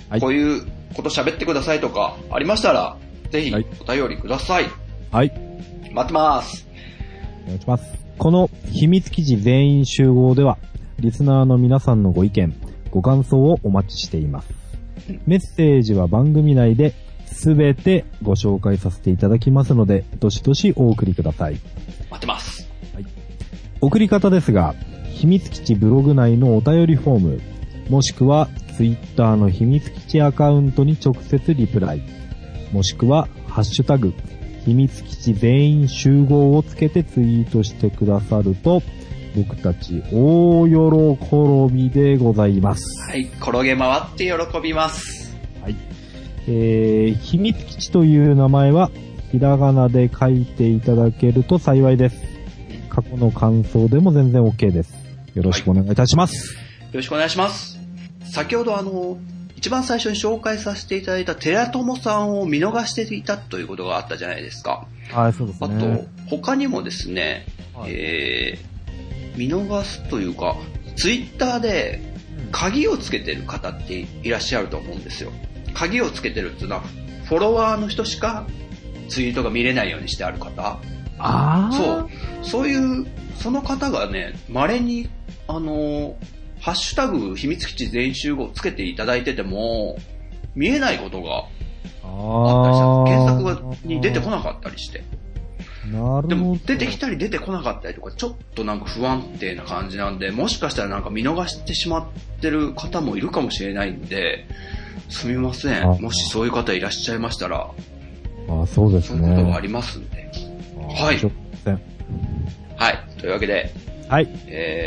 はい、 こういうこと喋ってくださいとかありましたら、ぜひお便りください。 はい。 待ってます。 お願いします。この秘密基地全員集合では、リスナーの皆さんのご意見、ご感想をお待ちしています。メッセージは番組内で全てご紹介させていただきますので、どしどしお送りください。 待ってます。 はい。送り方ですが、秘密基地ブログ内のお便りフォーム、もしくはツイッターの秘密基地アカウントに直接リプライ、もしくはハッシュタグ、秘密基地全員集合をつけてツイートしてくださると、僕たち大喜びでございます。 はい、転げ回って喜びます。 はい。秘密基地という名前はひらがなで書いていただけると幸いです。過去の感想でも全然 OK です。よろしくお願いいたします。 よろしくお願いします。先ほど一番最初に紹介させていただいた寺友さんを見逃していたということがあったじゃないですか。 はい、そうですね。 あと、他にもですね、 はい、 見逃すというか、ツイッターで鍵をつけてる方っていらっしゃると思うんですよ。鍵をつけてるっていうのは、フォロワーの人しかツイートが見れないようにしてある方。 ああ。 そういう、その方がね、稀に、ハッシュタグ秘密基地全員集合つけていただいてても、見えないことがあったりした。検索に出てこなかったりして。 なるほど。 でも出てきたり出てこなかったりとか、ちょっとなんか不安定な感じなんで、もしかしたらなんか見逃してしまってる方もいるかもしれないんで、すみません。もしそういう方いらっしゃいましたら、 そうですね。 そういうことがありますんで。はい。はい。というわけで、 はい。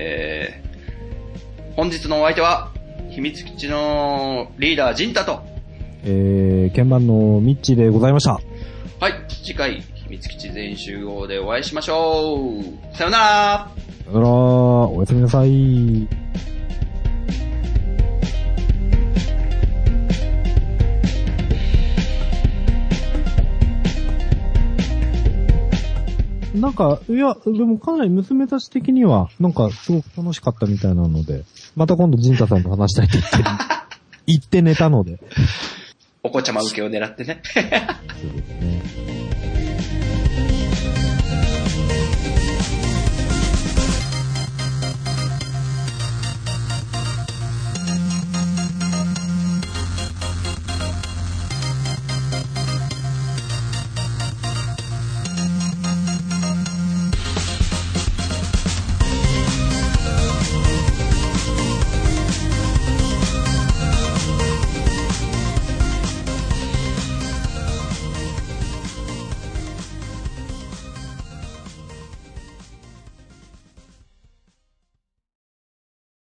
本日のお相手は、秘密基地のリーダー、ジンタと、 鍵盤のミッチーでございました。 はい。次回、秘密基地全員集合でお会いしましょう。さよなら。 さよなら。おやすみなさい。なんかか、いや、でもかなり娘たち的には、なんかすごく楽しかったみたいなので、また今度ジンタさんと話したいって言って寝たので。 お子ちゃま受けを狙ってね。 そうですね。